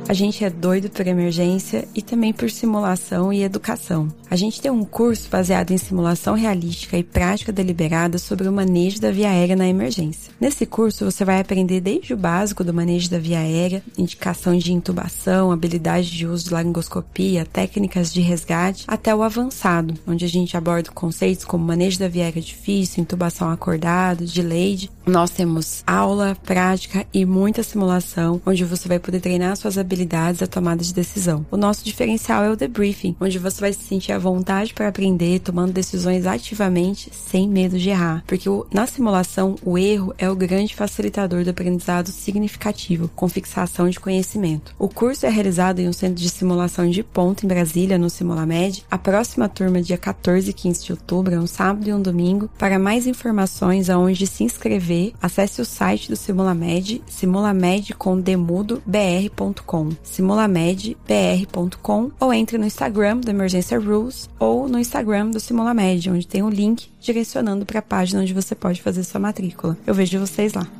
A gente é doido por emergência e também por simulação e educação. A gente tem um curso baseado em simulação realística e prática deliberada sobre o manejo da via aérea na emergência. Nesse curso, você vai aprender desde o básico do manejo da via aérea, indicação de intubação, habilidade de uso de laringoscopia, técnicas de resgate, até o avançado, onde a gente aborda conceitos como manejo da via aérea difícil, intubação acordada, delayed. Nós temos aula, prática e muita simulação, onde você vai poder treinar suas habilidades da tomada de decisão. O nosso diferencial é o debriefing, onde você vai se sentir à vontade para aprender, tomando decisões ativamente, sem medo de errar. Porque na simulação, o erro é o grande facilitador do aprendizado significativo, com fixação de conhecimento. O curso é realizado em um centro de simulação de ponta em Brasília, no Simulamed. A próxima turma, dia 14 e 15 de outubro, é um sábado e um domingo. Para mais informações aonde se inscrever, acesse o site do Simulamed, simulamedcomdemudo.br.com, simulamedbr.com, ou entre no Instagram do Emergência Rules ou no Instagram do Simulamed, onde tem um link direcionando para a página onde você pode fazer sua matrícula. Eu vejo vocês lá.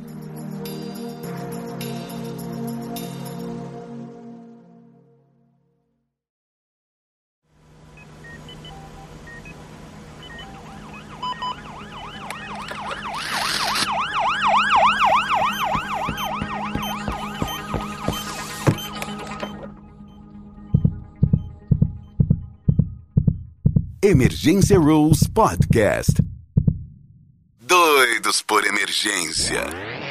Emergência Rules Podcast. Doidos por emergência.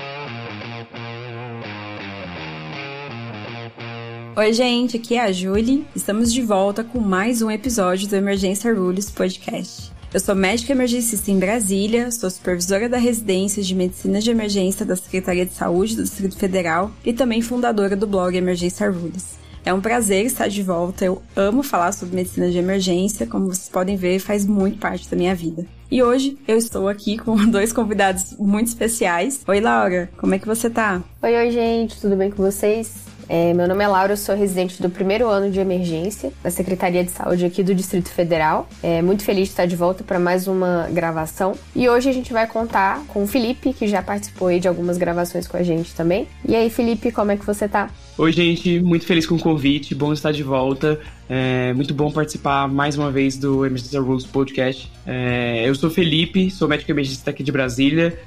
Oi, gente, aqui é a Julie. Estamos de volta com mais um episódio do Emergência Rules Podcast. Eu sou médica emergencista em Brasília, sou supervisora da residência de medicina de emergência da Secretaria de Saúde do Distrito Federal e também fundadora do blog Emergência Rules. É um prazer estar de volta, eu amo falar sobre medicina de emergência, como vocês podem ver, faz muito parte da minha vida. E hoje eu estou aqui com dois convidados muito especiais. Oi, Laura, como é que você tá? Oi, gente, tudo bem com vocês? Meu nome é Laura, eu sou residente do primeiro ano de emergência da Secretaria de Saúde aqui do Distrito Federal. Muito feliz de estar de volta para mais uma gravação. E hoje a gente vai contar com o Felipe, que já participou aí de algumas gravações com a gente também. E aí, Felipe, como é que você tá? Oi, gente, muito feliz com o convite, bom estar de volta. Muito bom participar mais uma vez do Emergência Rules Podcast. Eu sou Felipe, sou médico emergencista aqui de Brasília.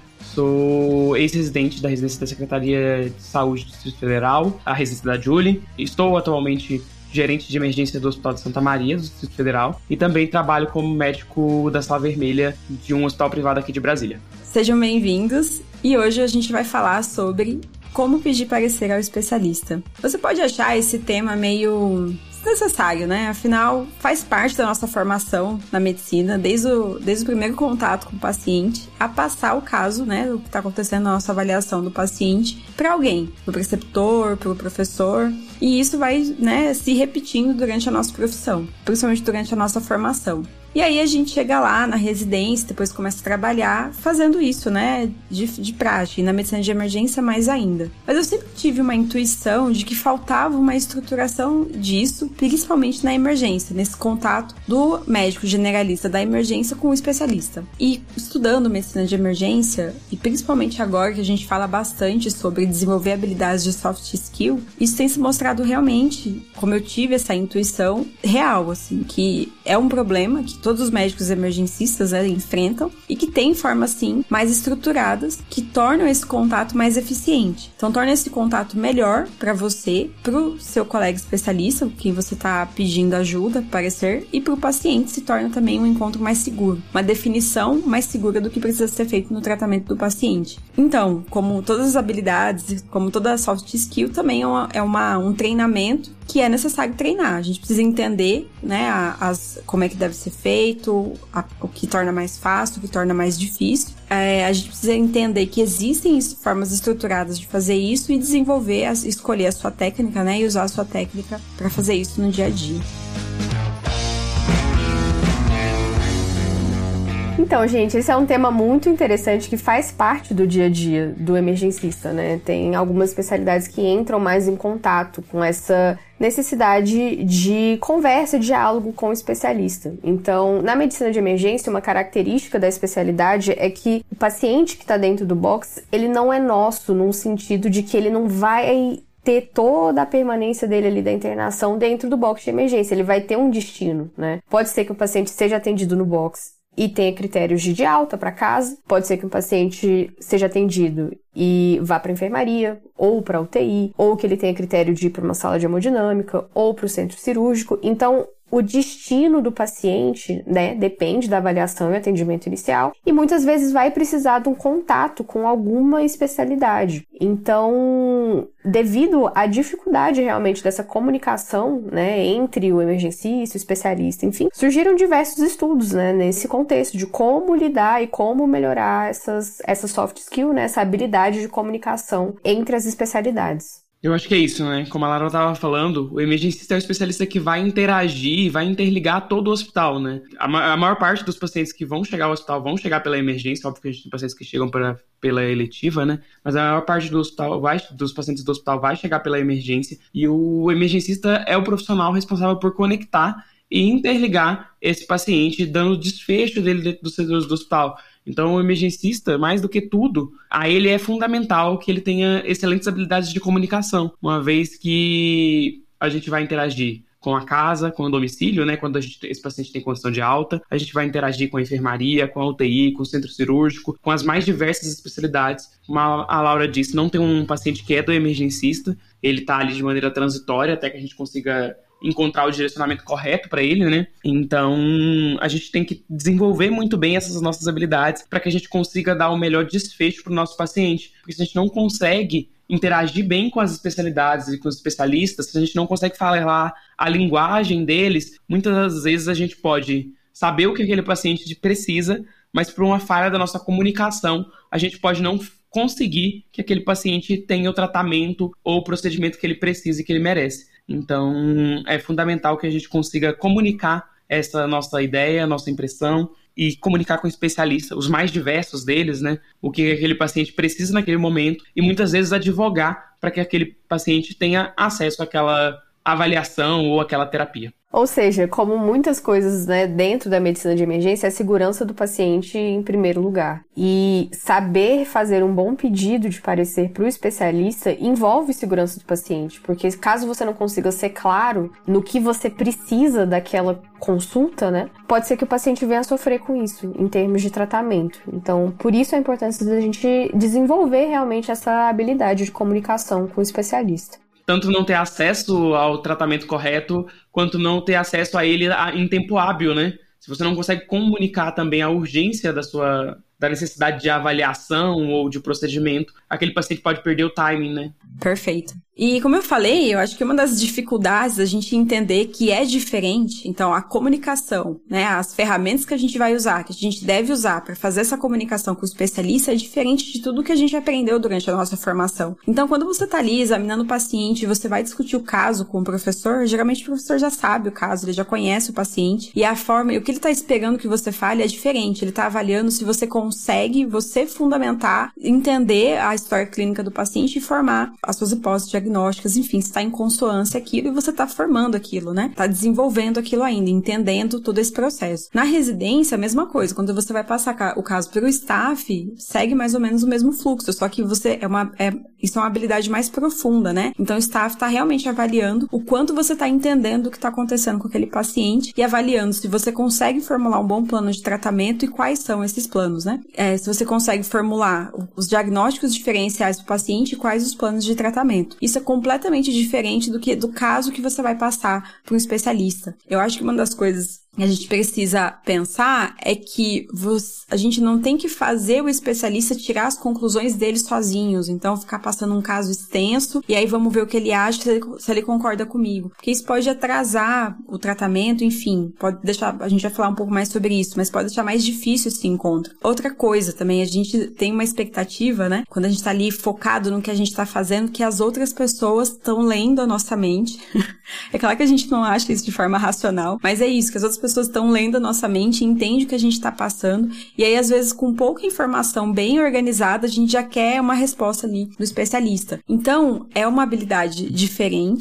Sou ex-residente da residência da Secretaria de Saúde do Distrito Federal, a residência da Julie. Estou atualmente gerente de emergência do Hospital de Santa Maria, do Distrito Federal. E também trabalho como médico da Sala Vermelha de um hospital privado aqui de Brasília. Sejam bem-vindos. E hoje a gente vai falar sobre como pedir parecer ao especialista. Você pode achar esse tema meio desnecessário, né? Afinal, faz parte da nossa formação na medicina, desde o primeiro contato com o paciente, a passar o caso, né, o que está acontecendo na nossa avaliação do paciente, para alguém, para o preceptor, para o professor, e isso vai, né, se repetindo durante a nossa profissão, principalmente durante a nossa formação. E aí a gente chega lá na residência, depois começa a trabalhar fazendo isso, né, de prática, e na medicina de emergência mais ainda. Mas eu sempre tive uma intuição de que faltava uma estruturação disso, principalmente na emergência, nesse contato do médico generalista da emergência com o especialista. E estudando medicina de emergência, e principalmente agora que a gente fala bastante sobre desenvolver habilidades de soft skill, isso tem se mostrado realmente, como eu tive essa intuição real, assim, que é um problema que todos os médicos emergencistas, né, enfrentam e que tem formas, sim, mais estruturadas que tornam esse contato mais eficiente. Então, torna esse contato melhor para você, para o seu colega especialista, quem você está pedindo ajuda, parecer, e para o paciente se torna também um encontro mais seguro, uma definição mais segura do que precisa ser feito no tratamento do paciente. Então, como todas as habilidades, como toda soft skill, também é um treinamento que é necessário treinar. A gente precisa entender, né, como é que deve ser feito, o que torna mais fácil, o que torna mais difícil. A gente precisa entender que existem formas estruturadas de fazer isso e desenvolver, escolher a sua técnica, né, e usar a sua técnica para fazer isso no dia a dia. Então, gente, esse é um tema muito interessante que faz parte do dia a dia do emergencista, né? Tem algumas especialidades que entram mais em contato com essa necessidade de conversa, diálogo com o especialista. Então, na medicina de emergência, uma característica da especialidade é que o paciente que está dentro do box, ele não é nosso, num sentido de que ele não vai ter toda a permanência dele ali da internação dentro do box de emergência. Ele vai ter um destino, né? Pode ser que o paciente seja atendido no box e tenha critérios de alta para casa. Pode ser que um paciente seja atendido e vá para a enfermaria, ou para a UTI, ou que ele tenha critério de ir para uma sala de hemodinâmica, ou para o centro cirúrgico. Então, o destino do paciente, né, depende da avaliação e atendimento inicial, e muitas vezes vai precisar de um contato com alguma especialidade. Então, devido à dificuldade realmente dessa comunicação, né, entre o emergencista, o especialista, enfim, surgiram diversos estudos, né, nesse contexto de como lidar e como melhorar essa soft skill, né, essa habilidade de comunicação entre as especialidades. Eu acho que é isso, né? Como a Lara estava falando, o emergencista é o especialista que vai interagir, vai interligar todo o hospital, né? A maior parte dos pacientes que vão chegar ao hospital vão chegar pela emergência, óbvio que a gente tem pacientes que chegam pela eletiva, né? Mas a maior parte dos pacientes do hospital vai chegar pela emergência, e o emergencista é o profissional responsável por conectar e interligar esse paciente, dando desfecho dele dentro dos setores do hospital. Então, o emergencista, mais do que tudo, a ele é fundamental que ele tenha excelentes habilidades de comunicação, uma vez que a gente vai interagir com a casa, com o domicílio, né? Quando esse paciente tem condição de alta, a gente vai interagir com a enfermaria, com a UTI, com o centro cirúrgico, com as mais diversas especialidades. Como a Laura disse, não tem um paciente que é do emergencista, ele está ali de maneira transitória até que a gente consiga encontrar o direcionamento correto para ele, né? Então, a gente tem que desenvolver muito bem essas nossas habilidades para que a gente consiga dar o melhor desfecho para o nosso paciente. Porque se a gente não consegue interagir bem com as especialidades e com os especialistas, se a gente não consegue falar a linguagem deles, muitas das vezes a gente pode saber o que aquele paciente precisa, mas por uma falha da nossa comunicação, a gente pode não conseguir que aquele paciente tenha o tratamento ou o procedimento que ele precisa e que ele merece. Então, é fundamental que a gente consiga comunicar essa nossa ideia, nossa impressão, e comunicar com o especialista, os mais diversos deles, né? O que aquele paciente precisa naquele momento, e muitas vezes advogar para que aquele paciente tenha acesso àquela avaliação ou àquela terapia. Ou seja, como muitas coisas, né, dentro da medicina de emergência, é a segurança do paciente em primeiro lugar. E saber fazer um bom pedido de parecer para o especialista envolve segurança do paciente, porque caso você não consiga ser claro no que você precisa daquela consulta, né, pode ser que o paciente venha a sofrer com isso, em termos de tratamento. Então, por isso a importância da gente desenvolver realmente essa habilidade de comunicação com o especialista. Tanto não ter acesso ao tratamento correto, quanto não ter acesso a ele em tempo hábil, né? Se você não consegue comunicar também a urgência da necessidade de avaliação ou de procedimento, aquele paciente pode perder o timing, né? Perfeito. E como eu falei, eu acho que uma das dificuldades da gente entender que é diferente, então a comunicação, né, as ferramentas que a gente vai usar, que a gente deve usar para fazer essa comunicação com o especialista é diferente de tudo que a gente aprendeu durante a nossa formação. Então, quando você está ali examinando o paciente e você vai discutir o caso com o professor, geralmente o professor já sabe o caso, ele já conhece o paciente, e a forma, e o que ele está esperando que você fale é diferente. Ele está avaliando se você consegue, fundamentar, entender a história clínica do paciente e formar as suas hipóteses diagnósticas, enfim, se está em consonância aquilo e você está formando aquilo, né? Está desenvolvendo aquilo ainda, entendendo todo esse processo. Na residência, a mesma coisa. Quando você vai passar o caso para o staff, segue mais ou menos o mesmo fluxo, só que isso é uma habilidade mais profunda, né? Então, o staff está realmente avaliando o quanto você está entendendo o que está acontecendo com aquele paciente e avaliando se você consegue formular um bom plano de tratamento e quais são esses planos, né? Se você consegue formular os diagnósticos diferenciais do paciente e quais os planos de tratamento. Isso é completamente diferente do caso que você vai passar para um especialista. Eu acho que uma das coisas que a gente precisa pensar é que a gente não tem que fazer o especialista tirar as conclusões dele sozinhos, então ficar passando um caso extenso e aí vamos ver o que ele acha, se ele concorda comigo, porque isso pode atrasar o tratamento, enfim, pode deixar, a gente vai falar um pouco mais sobre isso, mas pode deixar mais difícil esse encontro. Outra coisa também, a gente tem uma expectativa, né, quando a gente tá ali focado no que a gente tá fazendo, que as outras pessoas estão lendo a nossa mente. É claro que a gente não acha isso de forma racional, mas é isso, que as outras pessoas estão lendo a nossa mente e entendem o que a gente está passando, e aí às vezes com pouca informação bem organizada a gente já quer uma resposta ali do especialista. Então é uma habilidade diferente,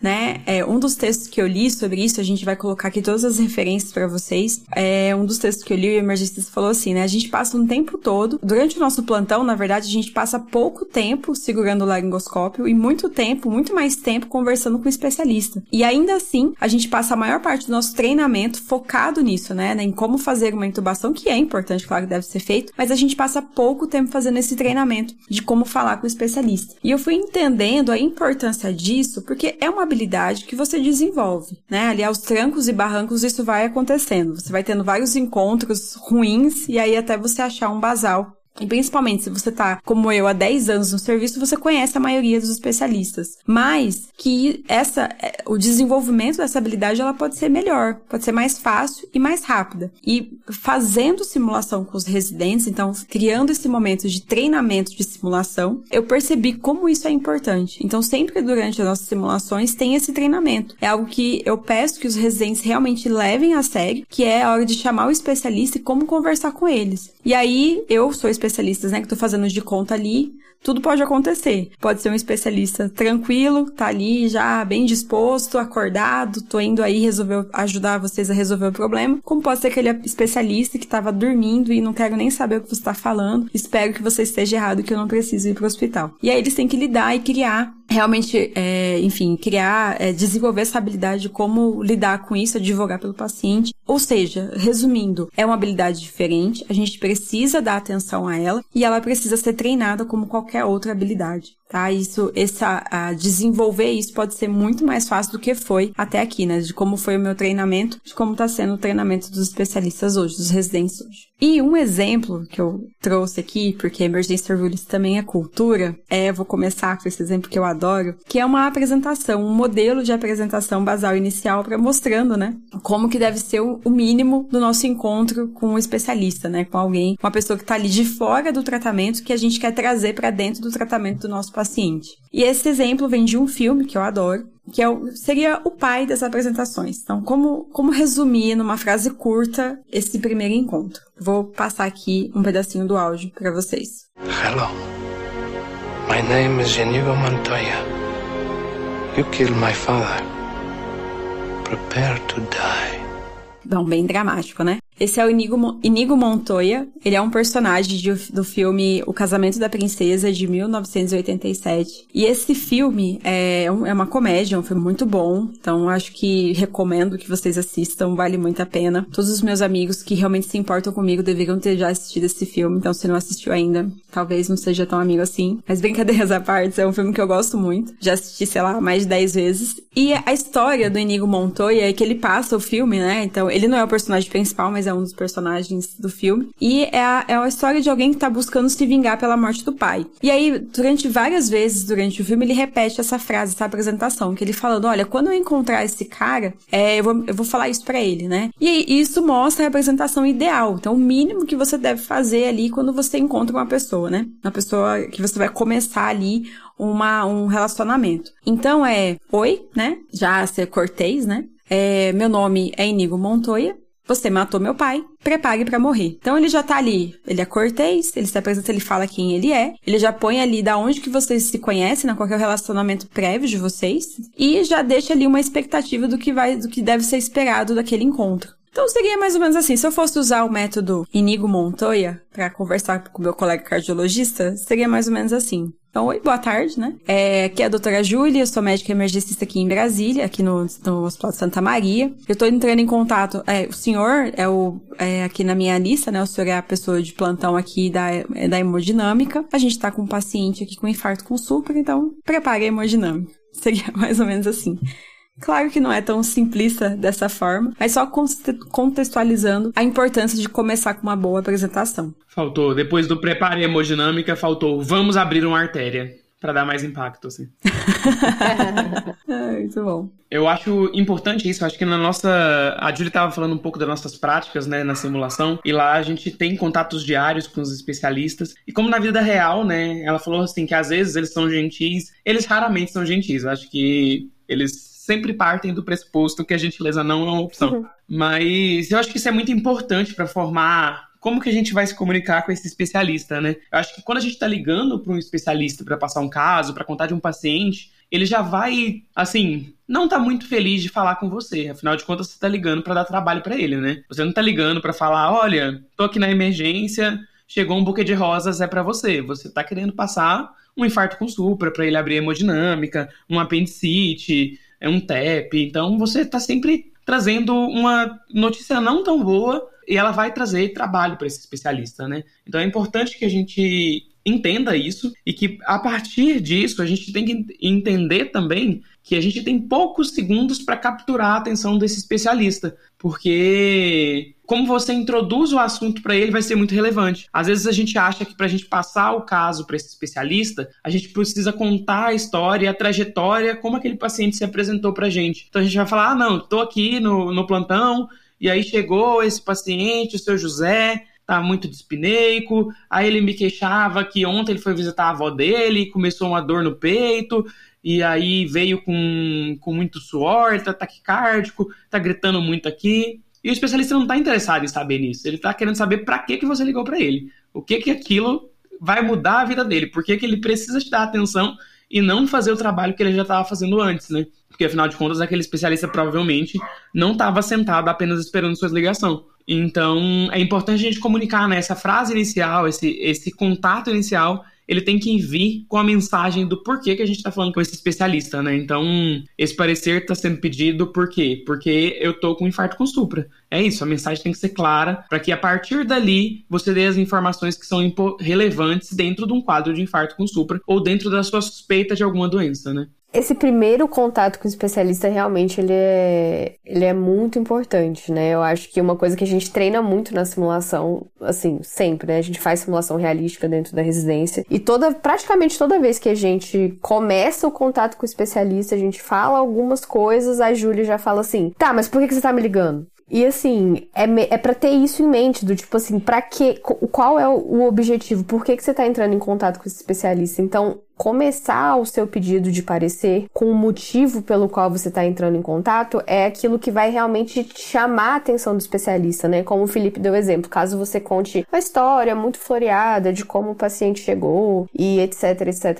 né? Um dos textos que eu li sobre isso, a gente vai colocar aqui todas as referências pra vocês. Um dos textos que eu li, o emergencista falou assim, né? A gente passa um tempo todo, durante o nosso plantão, na verdade, a gente passa pouco tempo segurando o laringoscópio e muito mais tempo conversando com o especialista. E ainda assim, a gente passa a maior parte do nosso treinamento focado nisso, né? Em como fazer uma intubação, que é importante, claro que deve ser feito, mas a gente passa pouco tempo fazendo esse treinamento de como falar com o especialista. E eu fui entendendo a importância disso, porque é uma habilidade que você desenvolve, né? Ali aos trancos e barrancos isso vai acontecendo. Você vai tendo vários encontros ruins e aí até você achar um basal. E principalmente se você tá, como eu, há 10 anos no serviço, você conhece a maioria dos especialistas. Mas que o desenvolvimento dessa habilidade, ela pode ser melhor, pode ser mais fácil e mais rápida. E fazendo simulação com os residentes, então criando esse momento de treinamento de simulação, eu percebi como isso é importante. Então sempre durante as nossas simulações tem esse treinamento. É algo que eu peço que os residentes realmente levem a sério, que é a hora de chamar o especialista e como conversar com eles. E aí, eu sou especialista, né, que tô fazendo de conta ali, tudo pode acontecer. Pode ser um especialista tranquilo, tá ali já bem disposto, acordado, tô indo aí ajudar vocês a resolver o problema. Como pode ser aquele especialista que tava dormindo e não quero nem saber o que você tá falando, espero que você esteja errado, que eu não preciso ir pro hospital. E aí eles têm que lidar e criar, realmente, desenvolver essa habilidade de como lidar com isso, advogar pelo paciente. Ou seja, resumindo, é uma habilidade diferente, a gente precisa dar atenção a ela e ela precisa ser treinada como qualquer outra habilidade, tá? Desenvolver isso pode ser muito mais fácil do que foi até aqui, né? De como foi o meu treinamento, de como tá sendo o treinamento dos especialistas hoje, dos residentes hoje. E um exemplo que eu trouxe aqui, porque Emergency Rules também é cultura, vou começar com esse exemplo que eu adoro, que é uma apresentação, um modelo de apresentação basal inicial para mostrando, né, como que deve ser o mínimo do nosso encontro com um especialista, né, com alguém, uma pessoa que tá ali de fora do tratamento que a gente quer trazer para dentro do tratamento do nosso paciente. E esse exemplo vem de um filme que eu adoro, que seria o pai das apresentações. Então, como resumir numa frase curta esse primeiro encontro? Vou passar aqui um pedacinho do áudio para vocês. Hello. My name is Inigo Montoya. You killed my father. Prepare to die. Bom, bem dramático, né? Esse é o Inigo Montoya, ele é um personagem do filme O Casamento da Princesa, de 1987. E esse filme é uma comédia, é um filme muito bom, então acho que recomendo que vocês assistam, vale muito a pena. Todos os meus amigos que realmente se importam comigo deveriam ter já assistido esse filme, então se não assistiu ainda, talvez não seja tão amigo assim. Mas brincadeiras à parte, é um filme que eu gosto muito, já assisti, sei lá, mais de 10 vezes. E a história do Inigo Montoya é que ele passa o filme, né, então ele não é o personagem principal, mas é um dos personagens do filme. E é a história de alguém que tá buscando se vingar pela morte do pai. E aí, várias vezes durante o filme, ele repete essa frase, essa apresentação, que ele falando, olha, quando eu encontrar esse cara, eu vou falar isso pra ele, né? E aí, isso mostra a apresentação ideal. Então, o mínimo que você deve fazer ali quando você encontra uma pessoa, né? Uma pessoa que você vai começar ali um relacionamento. Então, oi, né? Já ser cortês, né? Meu nome é Inigo Montoya. Você matou meu pai, prepare pra morrer. Então ele já tá ali, ele é cortês, ele se apresenta, ele fala quem ele já põe ali da onde que vocês se conhecem, né, qual que é o relacionamento prévio de vocês, e já deixa ali uma expectativa do que deve ser esperado daquele encontro. Então seria mais ou menos assim, se eu fosse usar o método Inigo Montoya pra conversar com o meu colega cardiologista, seria mais ou menos assim. Então, oi, boa tarde, né? Aqui é a doutora Júlia, eu sou médica emergencista aqui em Brasília, aqui no Hospital de Santa Maria. Eu tô entrando em contato, o senhor aqui na minha lista, né? O senhor é a pessoa de plantão aqui da hemodinâmica. A gente tá com um paciente aqui com infarto com supra, então prepare a hemodinâmica. Seria mais ou menos assim. Claro que não é tão simplista dessa forma, mas só contextualizando a importância de começar com uma boa apresentação. Faltou, depois do preparo e hemodinâmica, faltou vamos abrir uma artéria, para dar mais impacto, assim. Muito bom. Eu acho importante isso, acho que a Júlia estava falando um pouco das nossas práticas, né, na simulação, e lá a gente tem contatos diários com os especialistas, e como na vida real, né, ela falou assim, que às vezes eles são gentis, eles raramente são gentis, eu acho que eles sempre partem do pressuposto que a gentileza não é uma opção. Uhum. Mas eu acho que isso é muito importante para formar como que a gente vai se comunicar com esse especialista, né? Eu acho que quando a gente tá ligando para um especialista para passar um caso, para contar de um paciente, ele já vai, assim, não tá muito feliz de falar com você. Afinal de contas, você tá ligando pra dar trabalho pra ele, né? Você não tá ligando pra falar, olha, tô aqui na emergência, chegou um buquê de rosas, é pra você. Você tá querendo passar um infarto com supra pra ele abrir a hemodinâmica, um apendicite, um TEP. Então, você tá sempre trazendo uma notícia não tão boa e ela vai trazer trabalho pra esse especialista, né? Então, é importante que a gente entenda isso e que, a partir disso, a gente tem que entender também que a gente tem poucos segundos para capturar a atenção desse especialista, porque como você introduz o assunto para ele vai ser muito relevante. Às vezes a gente acha que para a gente passar o caso para esse especialista, a gente precisa contar a história, a trajetória, como aquele paciente se apresentou para a gente. Então a gente vai falar, não, estou aqui no plantão, e aí chegou esse paciente, o seu José, tá muito dispineico, aí ele me queixava que ontem ele foi visitar a avó dele, começou uma dor no peito, e aí veio com muito suor, tá taquicárdico, tá gritando muito aqui. E o especialista não tá interessado em saber nisso, ele tá querendo saber pra que você ligou pra ele. O que aquilo vai mudar a vida dele, por que ele precisa te dar atenção e não fazer o trabalho que ele já estava fazendo antes, né? Porque, afinal de contas, aquele especialista provavelmente não estava sentado apenas esperando sua ligação. Então, é importante a gente comunicar, né? Essa frase inicial, esse contato inicial, ele tem que vir com a mensagem do porquê que a gente está falando com esse especialista, né? Então, esse parecer está sendo pedido por quê? Porque eu tô com infarto com supra. É isso, a mensagem tem que ser clara para que, a partir dali, você dê as informações que são relevantes dentro de um quadro de infarto com supra ou dentro da sua suspeita de alguma doença, né? Esse primeiro contato com o especialista, realmente, ele é muito importante, né? Eu acho que uma coisa que a gente treina muito na simulação, assim, sempre, né? A gente faz simulação realística dentro da residência e praticamente toda vez que a gente começa o contato com o especialista, a gente fala algumas coisas, a Júlia já fala assim, tá, mas por que você tá me ligando? E assim, é pra ter isso em mente, do tipo assim, pra quê? Qual é o objetivo? Por que você tá entrando em contato com esse especialista? Então, começar o seu pedido de parecer com o motivo pelo qual você está entrando em contato é aquilo que vai realmente chamar a atenção do especialista, né? Como o Felipe deu exemplo, caso você conte uma história muito floreada de como o paciente chegou e etc,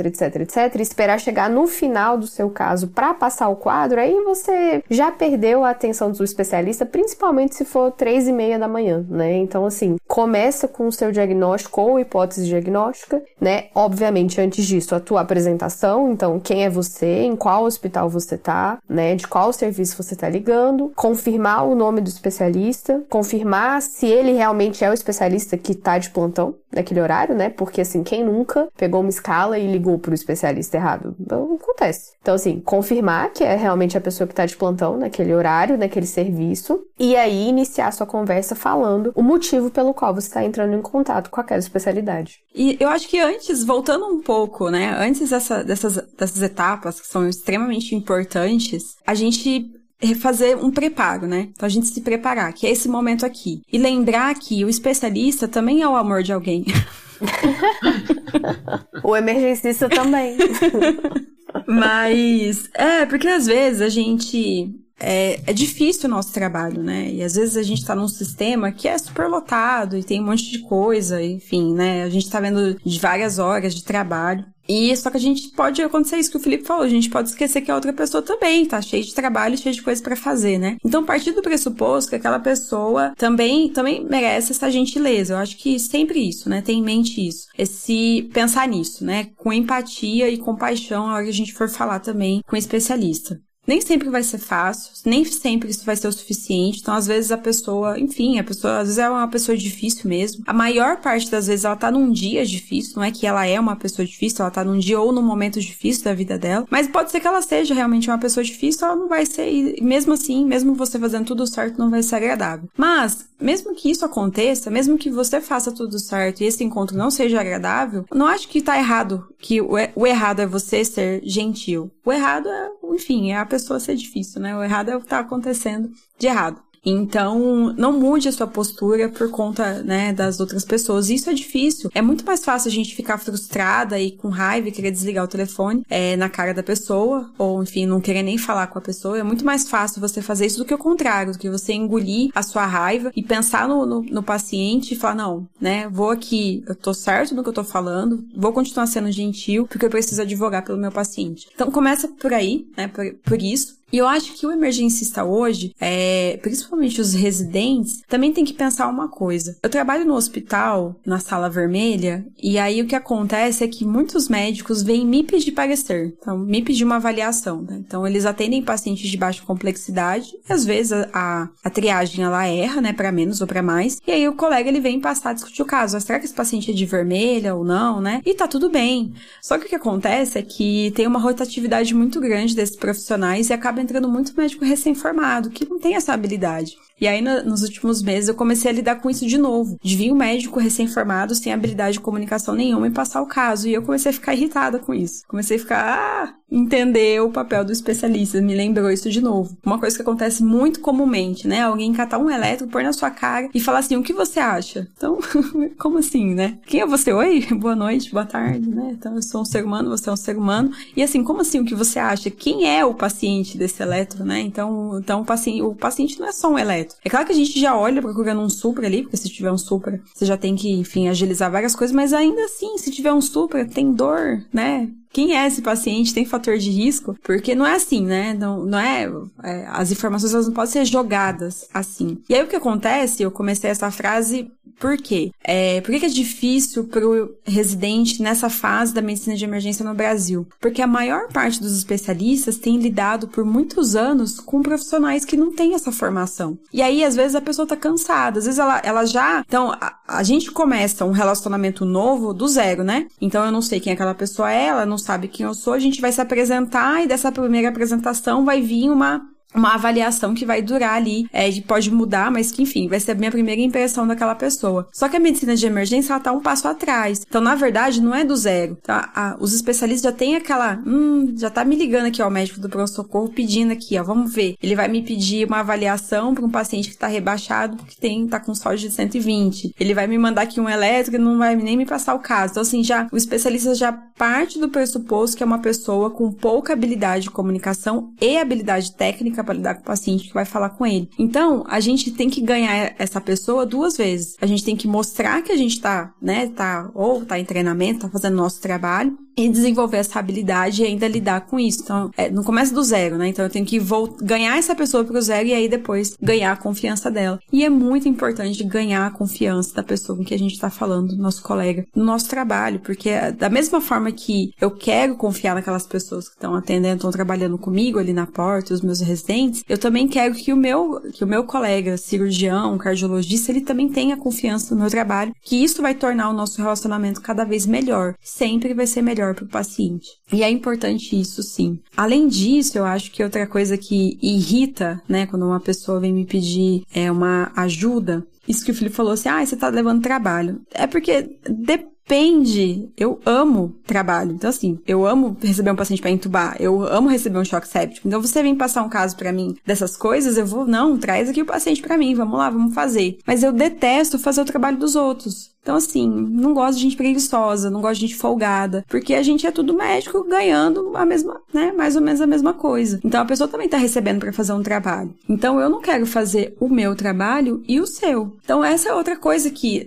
e esperar chegar no final do seu caso para passar o quadro, aí você já perdeu a atenção do especialista, principalmente se for 3:30 da manhã, né? Então, assim, começa com o seu diagnóstico ou hipótese diagnóstica, né? Obviamente, antes disso, a tua apresentação, então quem é você, em qual hospital você tá, né, de qual serviço você tá ligando, confirmar o nome do especialista, confirmar se ele realmente é o especialista que tá de plantão naquele horário, né, porque assim, quem nunca pegou uma escala e ligou pro especialista errado? Não acontece. Então assim, confirmar que é realmente a pessoa que tá de plantão naquele horário, naquele serviço, e aí iniciar sua conversa falando o motivo pelo qual você tá entrando em contato com aquela especialidade. E eu acho que antes, voltando um pouco, né, antes dessas etapas que são extremamente importantes, a gente fazer um preparo, né? Então a gente se preparar, que é esse momento aqui. E lembrar que o especialista também é o amor de alguém. O emergencista também. Mas, porque às vezes a gente... É difícil o nosso trabalho, né? E às vezes a gente tá num sistema que é super lotado e tem um monte de coisa, enfim, né? A gente tá vendo de várias horas de trabalho. E só que a gente pode acontecer isso que o Felipe falou, a gente pode esquecer que a outra pessoa também tá cheia de trabalho, cheia de coisa pra fazer, né? Então, partir do pressuposto que aquela pessoa também merece essa gentileza. Eu acho que sempre isso, né? Ter em mente isso. Pensar nisso, né? Com empatia e compaixão na hora que a gente for falar também com o especialista. Nem sempre vai ser fácil, nem sempre isso vai ser o suficiente. Então, às vezes, a pessoa às vezes é uma pessoa difícil mesmo. A maior parte das vezes ela tá num dia difícil, não é que ela é uma pessoa difícil, ela tá num dia ou num momento difícil da vida dela. Mas pode ser que ela seja realmente uma pessoa difícil, ela não vai ser, e mesmo assim, mesmo você fazendo tudo certo, não vai ser agradável. Mas, mesmo que isso aconteça, mesmo que você faça tudo certo e esse encontro não seja agradável, eu não acho que tá errado, que o errado é você ser gentil. O errado é, enfim, é a pessoa ser difícil, né? O errado é o que tá acontecendo de errado. Então, não mude a sua postura por conta, né, das outras pessoas. Isso é difícil. É muito mais fácil a gente ficar frustrada e com raiva e querer desligar o telefone na cara da pessoa, ou enfim, não querer nem falar com a pessoa. É muito mais fácil você fazer isso do que o contrário, do que você engolir a sua raiva e pensar no paciente e falar, não, né, vou aqui, eu tô certo no que eu tô falando, vou continuar sendo gentil, porque eu preciso advogar pelo meu paciente. Então, começa por aí, né, por isso. E eu acho que o emergencista hoje, principalmente os residentes, também tem que pensar uma coisa. Eu trabalho no hospital, na sala vermelha, e aí o que acontece é que muitos médicos vêm me pedir parecer, então me pedir uma avaliação, né? Então eles atendem pacientes de baixa complexidade, e às vezes a triagem ela erra, né, para menos ou para mais, e aí o colega ele vem passar a discutir o caso. Será que esse paciente é de vermelha ou não, né? E tá tudo bem. Só que o que acontece é que tem uma rotatividade muito grande desses profissionais e acaba entrando muito médico recém-formado, que não tem essa habilidade. E aí, nos últimos meses, eu comecei a lidar com isso de novo. De vir um médico recém-formado, sem habilidade de comunicação nenhuma, e passar o caso. E eu comecei a ficar irritada com isso. Comecei a ficar, entender o papel do especialista. Me lembrou isso de novo. Uma coisa que acontece muito comumente, né? Alguém catar um eletro, pôr na sua cara e falar assim, o que você acha? Então, como assim, né? Quem é você? Oi? Boa noite, boa tarde, né? Então, eu sou um ser humano, você é um ser humano. E assim, como assim o que você acha? Quem é o paciente desse eletro, né? Então o paciente não é só um eletro. É claro que a gente já olha procurando um supra ali, porque se tiver um supra, você já tem que, enfim, agilizar várias coisas, mas ainda assim, se tiver um supra, tem dor, né? Quem é esse paciente? Tem fator de risco? Porque não é assim, né? Não é as informações elas não podem ser jogadas assim. E aí o que acontece? Eu comecei essa frase por quê? Por que é difícil pro residente nessa fase da medicina de emergência no Brasil? Porque a maior parte dos especialistas tem lidado por muitos anos com profissionais que não têm essa formação. E aí, às vezes, a pessoa tá cansada. Às vezes, ela já... Então, a gente começa um relacionamento novo do zero, né? Então, eu não sei quem aquela pessoa é, ela não sabe quem eu sou, a gente vai se apresentar e dessa primeira apresentação vai vir uma avaliação que vai durar ali, pode mudar, mas que, enfim, vai ser a minha primeira impressão daquela pessoa. Só que a medicina de emergência, ela tá um passo atrás. Então, na verdade, não é do zero. Tá? Os especialistas já têm aquela, já tá me ligando aqui, ó, o médico do pronto-socorro pedindo aqui, ó, vamos ver. Ele vai me pedir uma avaliação para um paciente que tá rebaixado, porque tá com sódio de 120. Ele vai me mandar aqui um elétrico e não vai nem me passar o caso. Então, assim, o especialista já parte do pressuposto que é uma pessoa com pouca habilidade de comunicação e habilidade técnica para lidar com o paciente que vai falar com ele. Então, a gente tem que ganhar essa pessoa duas vezes. A gente tem que mostrar que a gente tá em treinamento, tá fazendo nosso trabalho, e desenvolver essa habilidade e ainda lidar com isso. Então, não começa do zero, né? Então, eu tenho que ganhar essa pessoa pro zero e aí depois ganhar a confiança dela. E é muito importante ganhar a confiança da pessoa com que a gente tá falando, do nosso colega, no nosso trabalho, porque da mesma forma que eu quero confiar naquelas pessoas que estão atendendo, estão trabalhando comigo ali na porta, os meus residentes, eu também quero que o meu colega cirurgião, cardiologista, ele também tenha confiança no meu trabalho, que isso vai tornar o nosso relacionamento cada vez melhor. Sempre vai ser melhor para o paciente. E é importante isso, sim. Além disso, eu acho que outra coisa que irrita, né, quando uma pessoa vem me pedir uma ajuda, isso que o Felipe falou assim, você tá levando trabalho. É porque depende, eu amo trabalho. Então, assim, eu amo receber um paciente para entubar, eu amo receber um choque séptico. Então, você vem passar um caso para mim dessas coisas, eu vou, não, traz aqui o paciente para mim, vamos lá, vamos fazer. Mas eu detesto fazer o trabalho dos outros. Então, assim, não gosto de gente preguiçosa, não gosto de gente folgada, porque a gente é tudo médico ganhando a mesma, né, mais ou menos a mesma coisa. Então, a pessoa também tá recebendo para fazer um trabalho. Então, eu não quero fazer o meu trabalho e o seu. Então, essa é outra coisa que,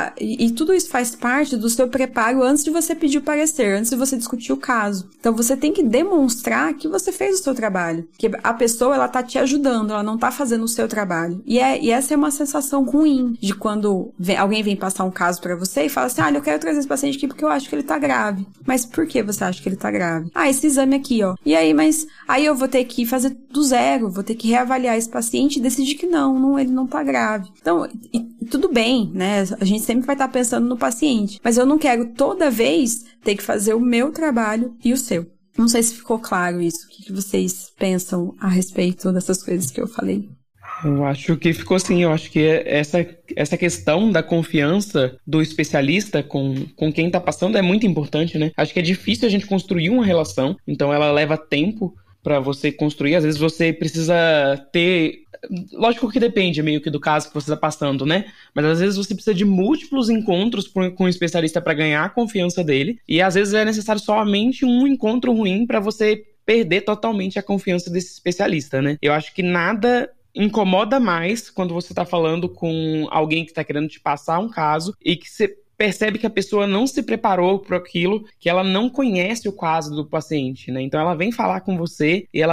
e tudo isso faz parte do seu preparo antes de você pedir o parecer, antes de você discutir o caso. Então, você tem que demonstrar que você fez o seu trabalho, que a pessoa, ela tá te ajudando, ela não tá fazendo o seu trabalho. E essa é uma sensação ruim de quando alguém vem passar um caso pra você e fala assim, eu quero trazer esse paciente aqui porque eu acho que ele tá grave. Mas por que você acha que ele tá grave? Esse exame aqui, ó. E aí, mas aí eu vou ter que fazer do zero, vou ter que reavaliar esse paciente e decidir que ele não tá grave. Então, e tudo bem, né? A gente sempre vai estar pensando no paciente, mas eu não quero toda vez ter que fazer o meu trabalho e o seu. Não sei se ficou claro isso. O que vocês pensam a respeito dessas coisas que eu falei? Eu acho que ficou assim, eu acho que essa questão da confiança do especialista com quem tá passando é muito importante, né? Acho que é difícil a gente construir uma relação, então ela leva tempo para você construir. Às vezes você precisa ter... Lógico que depende meio que do caso que você está passando, né? Mas às vezes você precisa de múltiplos encontros com um especialista para ganhar a confiança dele. E às vezes é necessário somente um encontro ruim para você perder totalmente a confiança desse especialista, né? Eu acho que nada incomoda mais quando você está falando com alguém que está querendo te passar um caso e que você percebe que a pessoa não se preparou para aquilo, que ela não conhece o caso do paciente, né? Então ela vem falar com você e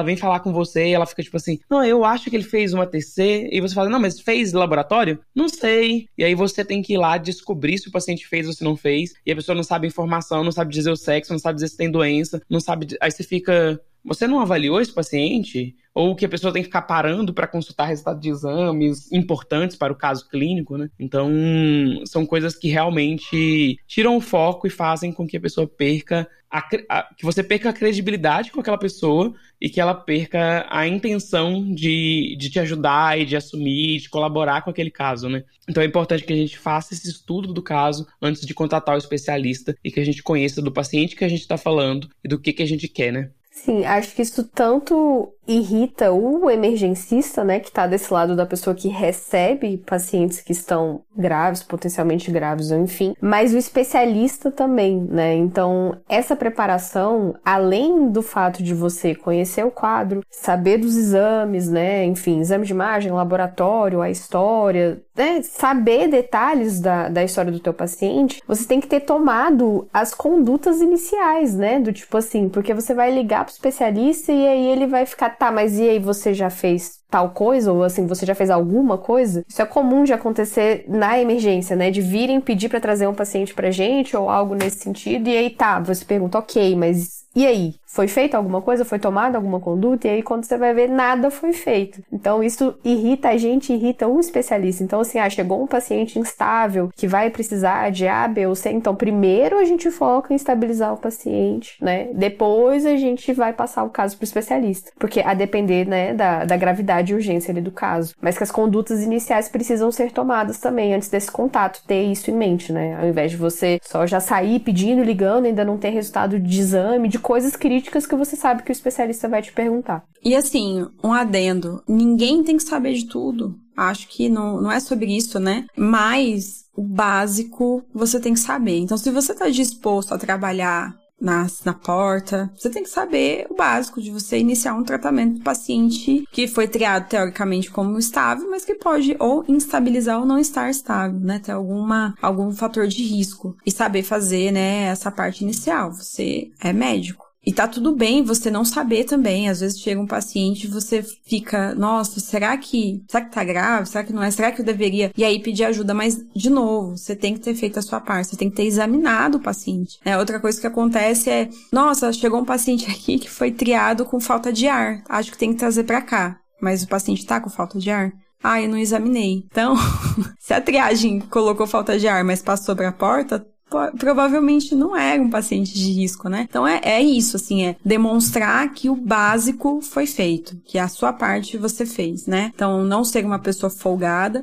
ela fica tipo assim, não, eu acho que ele fez uma TC, e você fala, não, mas fez laboratório? Não sei. E aí você tem que ir lá descobrir se o paciente fez ou se não fez, e a pessoa não sabe a informação, não sabe dizer o sexo, não sabe dizer se tem doença, não sabe... Aí você fica... Você não avaliou esse paciente? Ou que a pessoa tem que ficar parando para consultar resultados de exames importantes para o caso clínico, né? Então, são coisas que realmente tiram o foco e fazem com que a pessoa perca... que você perca a credibilidade com aquela pessoa e que ela perca a intenção de te ajudar e de assumir, de colaborar com aquele caso, né? Então é importante que a gente faça esse estudo do caso antes de contratar o especialista e que a gente conheça do paciente que a gente está falando e do que a gente quer, né? Sim, acho que isso tanto irrita o emergencista, né, que tá desse lado da pessoa que recebe pacientes que estão graves, potencialmente graves, ou enfim, mas o especialista também, né? Então, essa preparação, além do fato de você conhecer o quadro, saber dos exames, né, enfim, exame de imagem, laboratório, a história, né, saber detalhes da história do teu paciente, você tem que ter tomado as condutas iniciais, né, do tipo assim, porque você vai ligar pro especialista e aí ele vai ficar, tá, mas e aí você já fez tal coisa? Ou assim, você já fez alguma coisa? Isso é comum de acontecer na emergência, né? De virem pedir pra trazer um paciente pra gente ou algo nesse sentido, e aí tá, você pergunta, ok, mas e aí? Foi feita alguma coisa? Foi tomada alguma conduta? E aí quando você vai ver, nada foi feito. Então isso irrita a gente, irrita um especialista. Então assim, chegou um paciente instável que vai precisar de A, B ou C. Então primeiro a gente foca em estabilizar o paciente, né? Depois a gente vai passar o caso pro especialista. Porque a depender, né, da gravidade e urgência ali do caso. Mas que as condutas iniciais precisam ser tomadas também antes desse contato, ter isso em mente, né? Ao invés de você só já sair pedindo, ligando, ainda não ter resultado de exame, de coisas críticas que você sabe que o especialista vai te perguntar. E assim, um adendo, ninguém tem que saber de tudo. Acho que não é sobre isso, né? Mas o básico você tem que saber. Então, se você está disposto a trabalhar na porta, você tem que saber o básico de você iniciar um tratamento do paciente que foi triado teoricamente como estável, mas que pode ou instabilizar ou não estar estável, né? Ter algum fator de risco. E saber fazer, né, essa parte inicial. Você é médico. E tá tudo bem você não saber também. Às vezes chega um paciente e você fica, nossa, será que tá grave? Será que não é? Será que eu deveria? E aí pedir ajuda. Mas, de novo, você tem que ter feito a sua parte. Você tem que ter examinado o paciente. Outra coisa que acontece é, nossa, chegou um paciente aqui que foi triado com falta de ar. Acho que tem que trazer pra cá. Mas o paciente tá com falta de ar? Eu não examinei. Então, se a triagem colocou falta de ar, mas passou pra porta, provavelmente não era um paciente de risco, né? Então é isso, assim, é demonstrar que o básico foi feito, que a sua parte você fez, né? Então não ser uma pessoa folgada,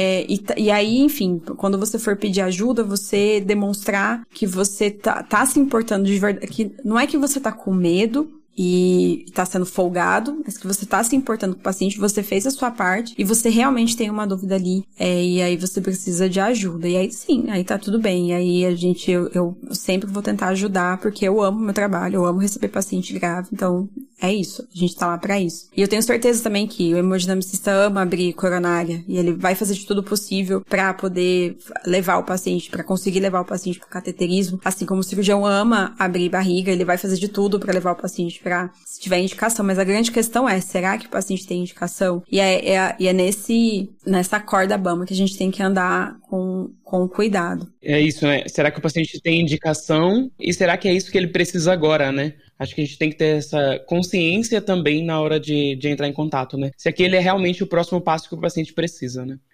e aí, enfim, quando você for pedir ajuda, você demonstrar que você tá se importando de verdade, que não é que você tá com medo e tá sendo folgado, mas que você tá se importando com o paciente, você fez a sua parte e você realmente tem uma dúvida ali, e aí você precisa de ajuda, e aí sim, aí tá tudo bem, e aí eu sempre vou tentar ajudar, porque eu amo meu trabalho, eu amo receber paciente grave, então é isso, a gente tá lá pra isso. E eu tenho certeza também que o hemodinamicista ama abrir coronária, e ele vai fazer de tudo possível pra poder levar o paciente, pra conseguir levar o paciente pro cateterismo, assim como o cirurgião ama abrir barriga, ele vai fazer de tudo pra levar o paciente se tiver indicação, mas a grande questão é, será que o paciente tem indicação? E é nessa corda bamba que a gente tem que andar com cuidado. É isso, né? Será que o paciente tem indicação? E será que é isso que ele precisa agora, né? Acho que a gente tem que ter essa consciência também na hora de entrar em contato, né? Se aquele é realmente o próximo passo que o paciente precisa, né?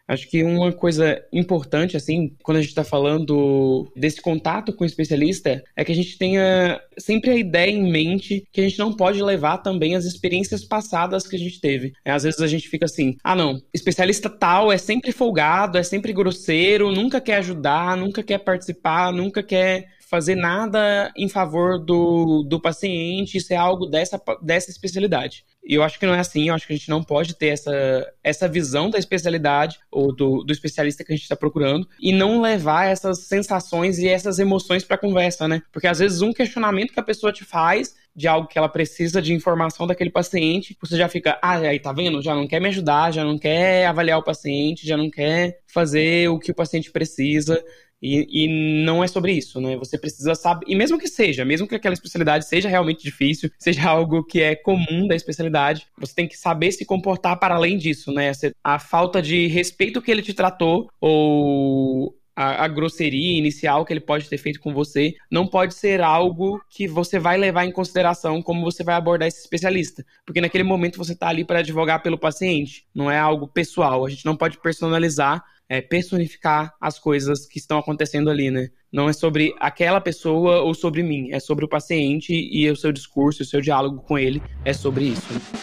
Acho que uma coisa importante, assim, quando a gente está falando desse contato com o especialista, é que a gente tenha sempre a ideia em mente que a gente não pode levar também as experiências passadas que a gente teve. Às vezes a gente fica assim, não, especialista tal é sempre folgado, é sempre grosseiro, nunca quer ajudar, nunca quer participar, nunca quer fazer nada em favor do paciente, isso é algo dessa especialidade. E eu acho que não é assim, eu acho que a gente não pode ter essa visão da especialidade ou do especialista que a gente está procurando e não levar essas sensações e essas emoções para a conversa, né? Porque às vezes um questionamento que a pessoa te faz de algo que ela precisa de informação daquele paciente, você já fica, aí tá vendo? Já não quer me ajudar, já não quer avaliar o paciente, já não quer fazer o que o paciente precisa. E não é sobre isso, né? Você precisa saber, e mesmo que aquela especialidade seja realmente difícil, seja algo que é comum da especialidade, você tem que saber se comportar para além disso, né? A falta de respeito que ele te tratou, ou a grosseria inicial que ele pode ter feito com você, não pode ser algo que você vai levar em consideração como você vai abordar esse especialista. Porque naquele momento você está ali para advogar pelo paciente, não é algo pessoal. A gente não pode personificar as coisas que estão acontecendo ali, né? Não é sobre aquela pessoa ou sobre mim, é sobre o paciente e o seu discurso, o seu diálogo com ele é sobre isso.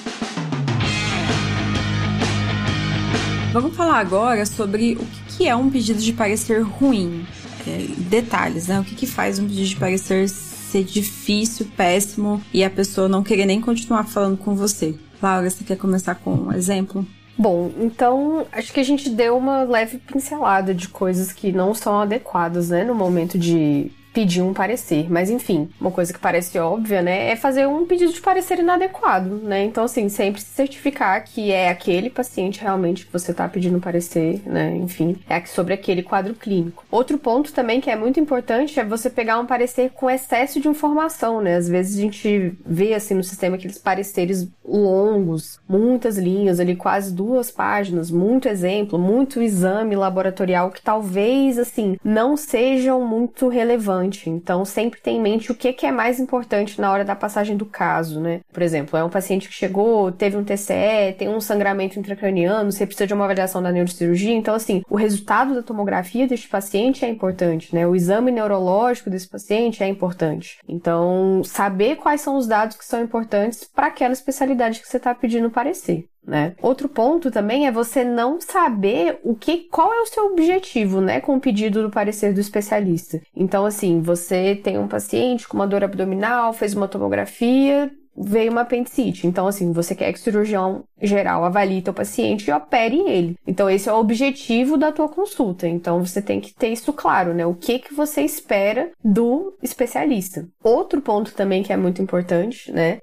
Vamos falar agora sobre o que é um pedido de parecer ruim. Detalhes, né? O que faz um pedido de parecer ser difícil, péssimo e a pessoa não querer nem continuar falando com você. Laura, você quer começar com um exemplo? Bom, então, acho que a gente deu uma leve pincelada de coisas que não são adequadas, né, no momento de pedir um parecer. Mas, enfim, uma coisa que parece óbvia, né, é fazer um pedido de parecer inadequado, né? Então, assim, sempre se certificar que é aquele paciente realmente que você tá pedindo parecer, né? Enfim, é sobre aquele quadro clínico. Outro ponto também que é muito importante é você pegar um parecer com excesso de informação, né? Às vezes a gente vê, assim, no sistema aqueles pareceres longos, muitas linhas ali, quase 2 páginas, muito exemplo, muito exame laboratorial que talvez, assim, não sejam muito relevantes. Então, sempre tem em mente o que é mais importante na hora da passagem do caso, né? Por exemplo, é um paciente que chegou, teve um TCE, tem um sangramento intracraniano, você precisa de uma avaliação da neurocirurgia. Então, assim, o resultado da tomografia deste paciente é importante, né? O exame neurológico desse paciente é importante. Então, saber quais são os dados que são importantes para aquela especialidade que você está pedindo parecer, né? Outro ponto também é você não saber qual é o seu objetivo, né, com o pedido do parecer do especialista. Então, assim, você tem um paciente com uma dor abdominal, fez uma tomografia, veio uma apendicite. Então, assim, você quer que o cirurgião geral avalie teu paciente e opere ele. Então, esse é o objetivo da tua consulta. Então, você tem que ter isso claro, né? O que você espera do especialista. Outro ponto também que é muito importante, né?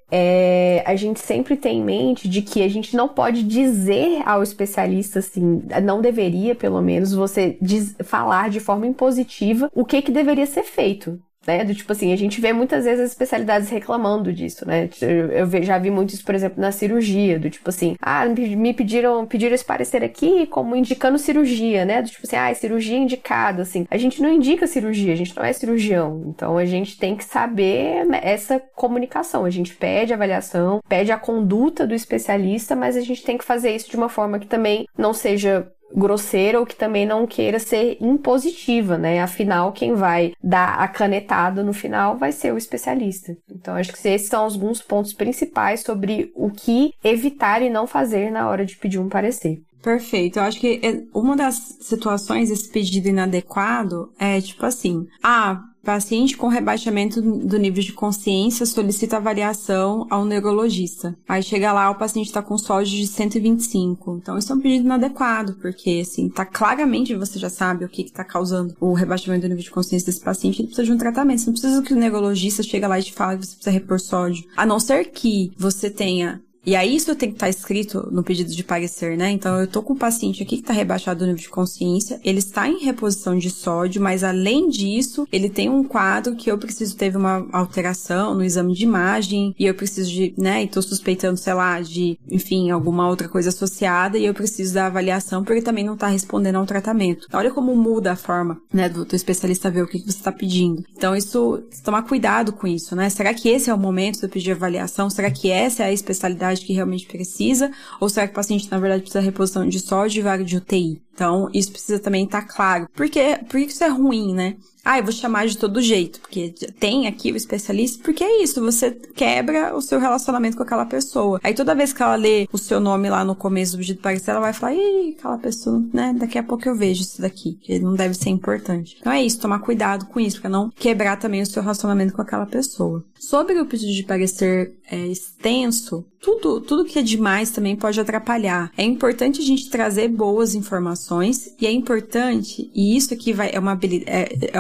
É a gente sempre ter em mente de que a gente não pode dizer ao especialista, assim, não deveria, pelo menos, você falar de forma impositiva o que deveria ser feito. Né? Do tipo assim, a gente vê muitas vezes as especialidades reclamando disso, né? Eu já vi muito isso, por exemplo, na cirurgia, do tipo assim, me pediram esse parecer aqui como indicando cirurgia, né? Do tipo assim, cirurgia indicada, assim. A gente não indica cirurgia, a gente não é cirurgião. Então, a gente tem que saber essa comunicação. A gente pede avaliação, pede a conduta do especialista, mas a gente tem que fazer isso de uma forma que também não seja grosseira ou que também não queira ser impositiva, né? Afinal, quem vai dar a canetada no final vai ser o especialista. Então, acho que esses são alguns pontos principais sobre o que evitar e não fazer na hora de pedir um parecer. Perfeito. Eu acho que uma das situações desse pedido inadequado é tipo assim, paciente com rebaixamento do nível de consciência solicita avaliação ao neurologista. Aí chega lá, o paciente está com sódio de 125. Então, isso é um pedido inadequado, porque, assim, claramente você já sabe o que está causando o rebaixamento do nível de consciência desse paciente. Ele precisa de um tratamento. Você não precisa que o neurologista chegue lá e te fale que você precisa repor sódio. A não ser que você tenha... E aí isso tem que estar escrito no pedido de parecer, né? Então, eu tô com um paciente aqui que tá rebaixado do nível de consciência, ele está em reposição de sódio, mas além disso, ele tem um quadro que eu preciso, teve uma alteração no exame de imagem, e eu preciso de, né, e tô suspeitando, sei lá, de, enfim, alguma outra coisa associada, e eu preciso da avaliação, porque ele também não tá respondendo ao tratamento. Olha como muda a forma, né, do especialista ver o que você tá pedindo. Então, tomar cuidado com isso, né? Será que esse é o momento de eu pedir avaliação? Será que essa é a especialidade que realmente precisa, ou será que o paciente, na verdade, precisa de reposição de sódio e vaga de UTI? Então, isso precisa também estar claro. Por que isso é ruim, né? Eu vou chamar de todo jeito, porque tem aqui o especialista, porque é isso, você quebra o seu relacionamento com aquela pessoa. Aí toda vez que ela lê o seu nome lá no começo do pedido de parecer, ela vai falar, aquela pessoa, né, daqui a pouco eu vejo isso daqui, que não deve ser importante. Então é isso, tomar cuidado com isso, pra não quebrar também o seu relacionamento com aquela pessoa. Sobre o pedido de parecer extenso, tudo que é demais também pode atrapalhar. É importante a gente trazer boas informações, e é importante, e isso aqui é uma habilidade,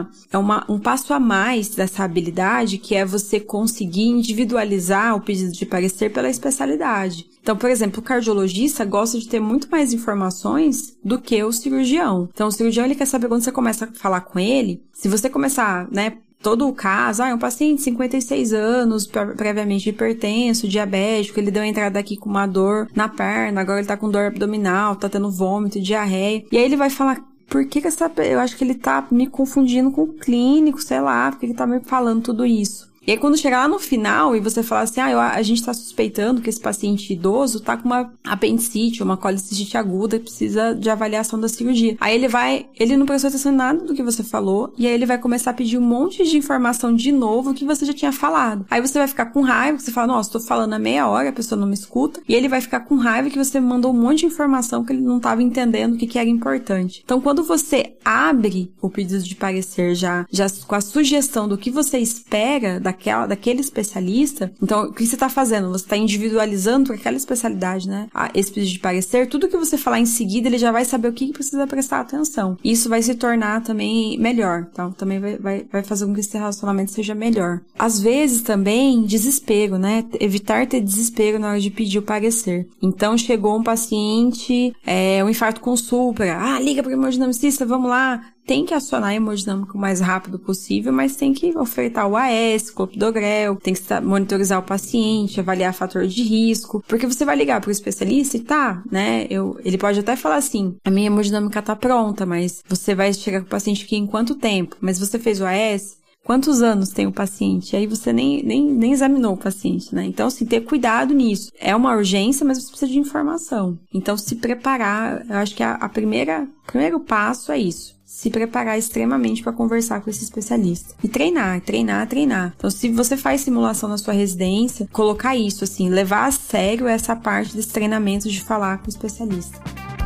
um passo a mais dessa habilidade, que é você conseguir individualizar o pedido de parecer pela especialidade. Então, por exemplo, o cardiologista gosta de ter muito mais informações do que o cirurgião. Então, o cirurgião, ele quer saber, quando você começa a falar com ele, se você começar, né, todo o caso, é um paciente de 56 anos, previamente hipertenso, diabético, ele deu a entrada aqui com uma dor na perna, agora ele tá com dor abdominal, tá tendo vômito, diarreia, e aí ele vai falar, por que eu acho que ele tá me confundindo com o clínico, sei lá, porque ele tá me falando tudo isso. E aí, quando chegar lá no final e você falar assim, a gente tá suspeitando que esse paciente idoso tá com uma apendicite, uma colicistite aguda, precisa de avaliação da cirurgia. Aí ele não prestou atenção em nada do que você falou, e aí ele vai começar a pedir um monte de informação de novo que você já tinha falado. Aí você vai ficar com raiva, você fala, nossa, tô falando há meia hora, a pessoa não me escuta, e ele vai ficar com raiva que você mandou um monte de informação que ele não tava entendendo o que era importante. Então, quando você abre o pedido de parecer já com a sugestão do que você espera daquele especialista, então, o que você está fazendo? Você está individualizando para aquela especialidade, né? Esse pedido de parecer, tudo que você falar em seguida, ele já vai saber o que precisa prestar atenção. Isso vai se tornar também melhor, então, também vai fazer com que esse relacionamento seja melhor. Às vezes, também, desespero, né? Evitar ter desespero na hora de pedir o parecer. Então, chegou um paciente, um infarto com supra, liga para o hemodinamicista, vamos lá. Tem que acionar a hemodinâmica o mais rápido possível, mas tem que ofertar o AS, clopidogrel, tem que monitorizar o paciente, avaliar fator de risco, porque você vai ligar pro especialista e né, ele pode até falar assim, a minha hemodinâmica tá pronta, mas você vai chegar com o paciente aqui em quanto tempo? Mas você fez o AS? Quantos anos tem o paciente? E aí você nem examinou o paciente, né? Então, assim, ter cuidado nisso. É uma urgência, mas você precisa de informação. Então, se preparar, eu acho que o primeiro passo é isso. Se preparar extremamente para conversar com esse especialista. E treinar. Então, se você faz simulação na sua residência, colocar isso, assim, levar a sério essa parte desse treinamento de falar com o especialista.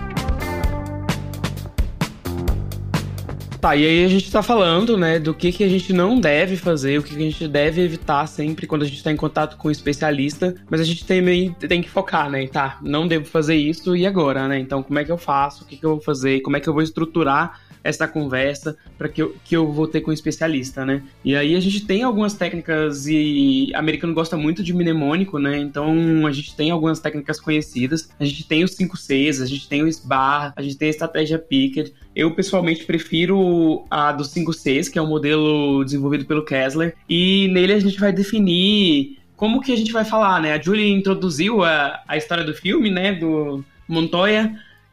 Tá, e aí a gente tá falando, né, do que a gente não deve fazer, o que a gente deve evitar sempre quando a gente tá em contato com um especialista, mas a gente também tem que focar, né, não devo fazer isso, e agora, né, então como é que eu faço, o que eu vou fazer, como é que eu vou estruturar essa conversa para que eu vou ter com um especialista, né? E aí a gente tem algumas técnicas, e americano gosta muito de mnemônico, né? Então a gente tem algumas técnicas conhecidas. A gente tem os 5 Cs, a gente tem o SBAR, a gente tem a estratégia Pickett. Eu pessoalmente prefiro a dos 5 Cs, que é um modelo desenvolvido pelo Kessler, e nele a gente vai definir como que a gente vai falar, né? A Julie introduziu a história do filme, né? Do Montoya.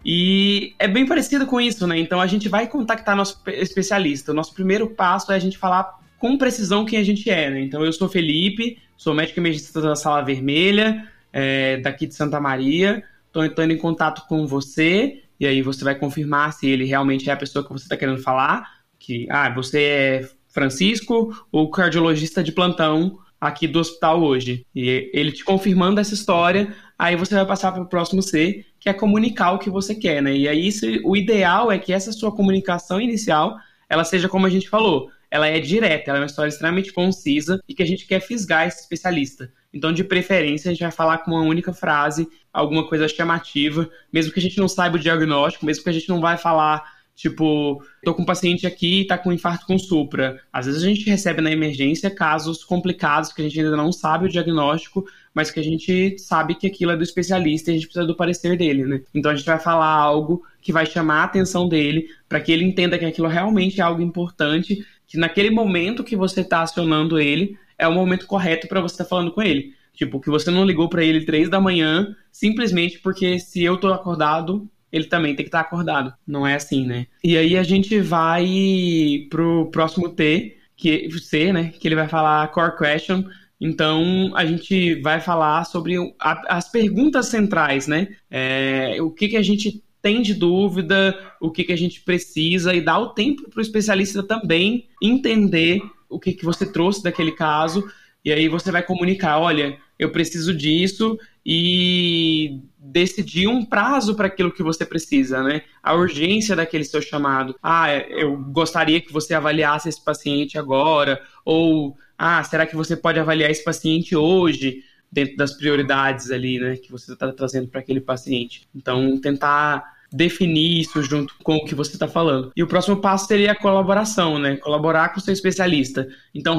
E é bem parecido com isso, né? Então a gente vai contactar nosso especialista. O nosso primeiro passo é a gente falar com precisão quem a gente é, né? Então eu sou Felipe, sou médico emergencista da Sala Vermelha, daqui de Santa Maria. Estou entrando em contato com você, e aí você vai confirmar se ele realmente é a pessoa que você está querendo falar. Que, você é Francisco, o cardiologista de plantão aqui do hospital hoje. E ele te confirmando essa história, aí você vai passar para o próximo C, que é comunicar o que você quer, né? E aí o ideal é que essa sua comunicação inicial, ela seja como a gente falou, ela é direta, ela é uma história extremamente concisa e que a gente quer fisgar esse especialista. Então, de preferência, a gente vai falar com uma única frase, alguma coisa chamativa, mesmo que a gente não saiba o diagnóstico, mesmo que a gente não vai falar, tipo, tô com um paciente aqui e tá com infarto com supra. Às vezes a gente recebe na emergência casos complicados que a gente ainda não sabe o diagnóstico, mas que a gente sabe que aquilo é do especialista e a gente precisa do parecer dele, né? Então a gente vai falar algo que vai chamar a atenção dele, para que ele entenda que aquilo realmente é algo importante, que naquele momento que você tá acionando ele, é o momento correto para você estar falando com ele. Tipo, que você não ligou para ele 3 da manhã, simplesmente porque se eu tô acordado, ele também tem que estar acordado. Não é assim, né? E aí a gente vai pro próximo C, né? Que ele vai falar core question. Então, a gente vai falar sobre as perguntas centrais, né? O que a gente tem de dúvida, o que a gente precisa, e dar o tempo para o especialista também entender o que você trouxe daquele caso, e aí você vai comunicar, olha, eu preciso disso, e decidir um prazo para aquilo que você precisa, né? A urgência daquele seu chamado. Eu gostaria que você avaliasse esse paciente agora, ou, será que você pode avaliar esse paciente hoje, dentro das prioridades ali, né, que você está trazendo para aquele paciente. Então, tentar definir isso junto com o que você está falando. E o próximo passo seria a colaboração, né? Colaborar com o seu especialista. Então,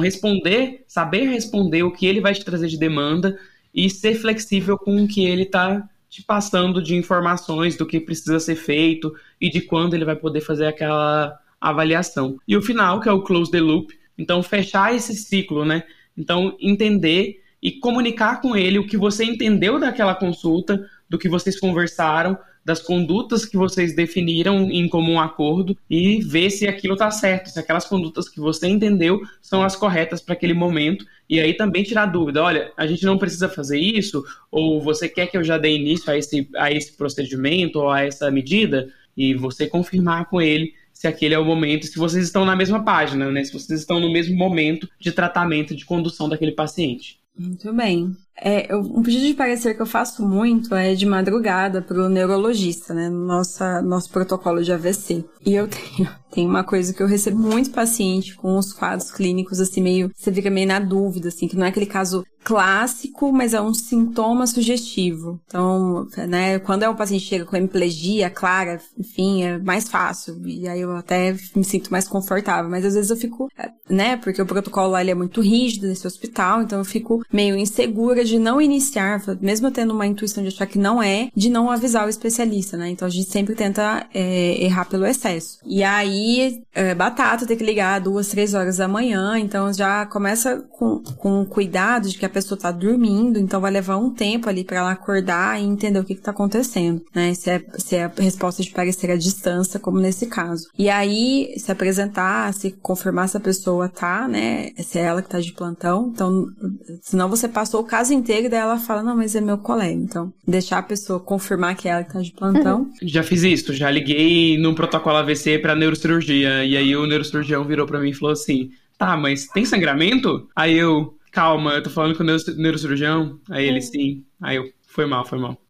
saber responder o que ele vai te trazer de demanda e ser flexível com o que ele está te passando de informações do que precisa ser feito e de quando ele vai poder fazer aquela avaliação. E o final, que é o close the loop. Então, fechar esse ciclo, né? Então, entender e comunicar com ele o que você entendeu daquela consulta, do que vocês conversaram, das condutas que vocês definiram em comum acordo e ver se aquilo está certo, se aquelas condutas que você entendeu são as corretas para aquele momento. E aí também tirar dúvida, olha, a gente não precisa fazer isso, ou você quer que eu já dê início a esse procedimento ou a essa medida? E você confirmar com ele se aquele é o momento, se vocês estão na mesma página, né? Se vocês estão no mesmo momento de tratamento, de condução daquele paciente. Muito bem. Um pedido de parecer que eu faço muito é de madrugada pro neurologista, né? Nosso protocolo de AVC. E eu tenho uma coisa que eu recebo muito paciente com os quadros clínicos, assim, você fica meio na dúvida, assim, que não é aquele caso clássico, mas é um sintoma sugestivo. Então, né, quando um paciente chega com hemiplegia clara, enfim, é mais fácil. E aí eu até me sinto mais confortável. Mas às vezes eu fico, né, porque o protocolo lá ele é muito rígido nesse hospital, então eu fico meio insegura de não iniciar, mesmo tendo uma intuição de achar que não de não avisar o especialista, né? Então a gente sempre tenta errar pelo excesso. E aí, batata, tem que ligar 2, 3 horas da manhã, então já começa com cuidado de que a pessoa tá dormindo, então vai levar um tempo ali pra ela acordar e entender o que tá acontecendo, né? Se é a resposta de parecer à distância, como nesse caso. E aí, se apresentar, se confirmar se a pessoa tá, né? Se é ela que tá de plantão, então, senão você passou o caso inteiro e daí ela fala, não, mas é meu colega. Então, deixar a pessoa confirmar que é ela que tá de plantão. Já fiz isso, já liguei no protocolo AVC pra neurocirurgia, e aí o neurocirurgião virou pra mim e falou assim, tá, mas tem sangramento? Aí eu, calma, eu tô falando com o neurocirurgião? Aí ele, sim. Aí eu, foi mal.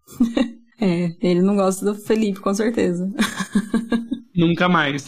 Ele não gosta do Felipe, com certeza. Nunca mais.